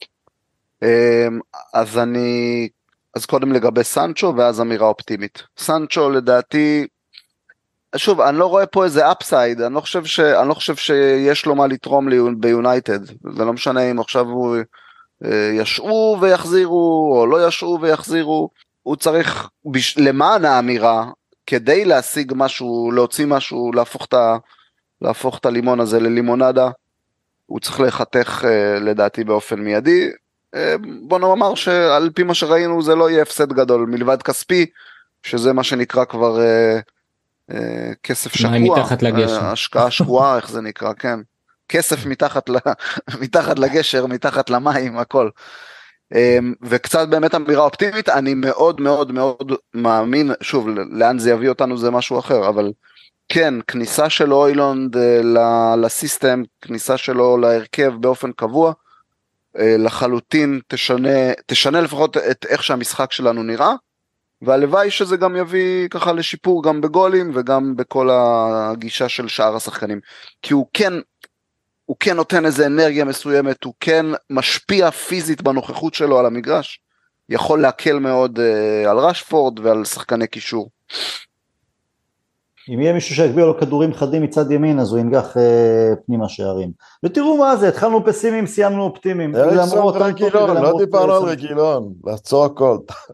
אז קודם לגבי סנצ'ו, ואז אמירה אופטימית. סנצ'ו לדעתי, שוב, אני לא רואה פה איזה אפסייד, אני לא חושב שיש לו מה לתרום ביונייטד, זה לא משנה אם עכשיו הוא ישעו ויחזירו, או לא ישעו ויחזירו, הוא צריך, למען האמירה, כדי להשיג משהו, להוציא משהו, להפוך את הלימון הזה ללימונדה, הוא צריך לחתך לדעתי באופן מיידי. בוא נאמר שעל פי מה שראינו זה לא יהיה הפסד גדול, מלבד כספי, שזה מה שנקרא כבר כסף שקוע, מתחת לגשר. השקעה שקועה, איך זה נקרא, כן. כסף מתחת לגשר, מתחת למים, הכל. וקצת באמת אמירה אופטימית, אני מאוד מאוד מאוד מאמין, שוב, לאן זה יביא אותנו זה משהו אחר, אבל כן, כניסה של אוילונד לסיסטם, כניסה שלו להרכב באופן קבוע, לחלוטין תשנה לפחות את איך שהמשחק שלנו נראה, והלוואי שזה גם יביא ככה לשיפור גם בגולים וגם בכל הגישה של שאר השחקנים, כי הוא כן נותן איזה אנרגיה מסוימת, הוא כן משפיע פיזית בנוכחות שלו על המגרש, יכול להקל מאוד על רשפורד ועל שחקני קישור. אם יהיה מישהו שהגביע לו כדורים חדים מצד ימין, אז הוא ינגח פנימה שערים. ותראו מה זה, התחלנו פסימיים, סיימנו אופטימיים. רגילון, לא דיברנו על רגילון, לעצור הכל.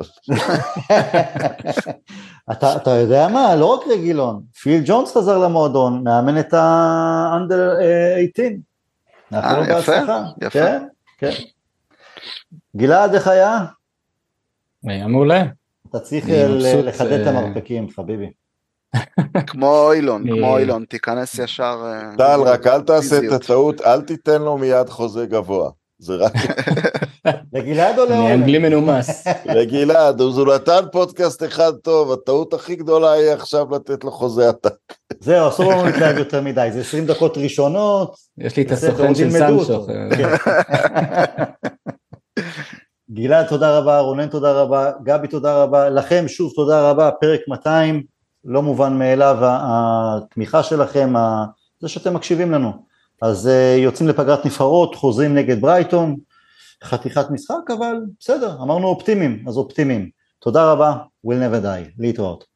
אתה יודע מה, לא רק רגילון, פיל ג'ונס חזר למועדון, מאמן את האנדר 18. יפה. כן. גלעד, איך היה? היה מעולה. אתה צריך לחדד את המרפקים, חביבי. כמו אילון, תיכנס ישר. טל, רק אל תעשה את הטעות, אל תיתן לו מיד חוזה גבוה. זה רק... לגלעד או לאורן? אני אנגלי מנומס. לגלעד, הוא נתן פודקאסט אחד טוב, הטעות הכי גדולה היא עכשיו לתת לו חוזה עתק. זהו, אסור לנו להתלהב יותר מדי, זה 20 דקות ראשונות. יש לי את הסוכן של סנצ'ו. גלעד, תודה רבה, רונן, תודה רבה, גבי, תודה רבה, לכם שוב תודה רבה, פרק 200, לא מובן מאליו, התמיכה שלכם, זה שאתם מקשיבים לנו, אז יוצאים לפגרת נבחרות, חוזרים נגד ברייטון, חתיכת משחק, אבל בסדר, אמרנו אופטימיים, אז אופטימיים, תודה רבה, we'll never die, להתראות.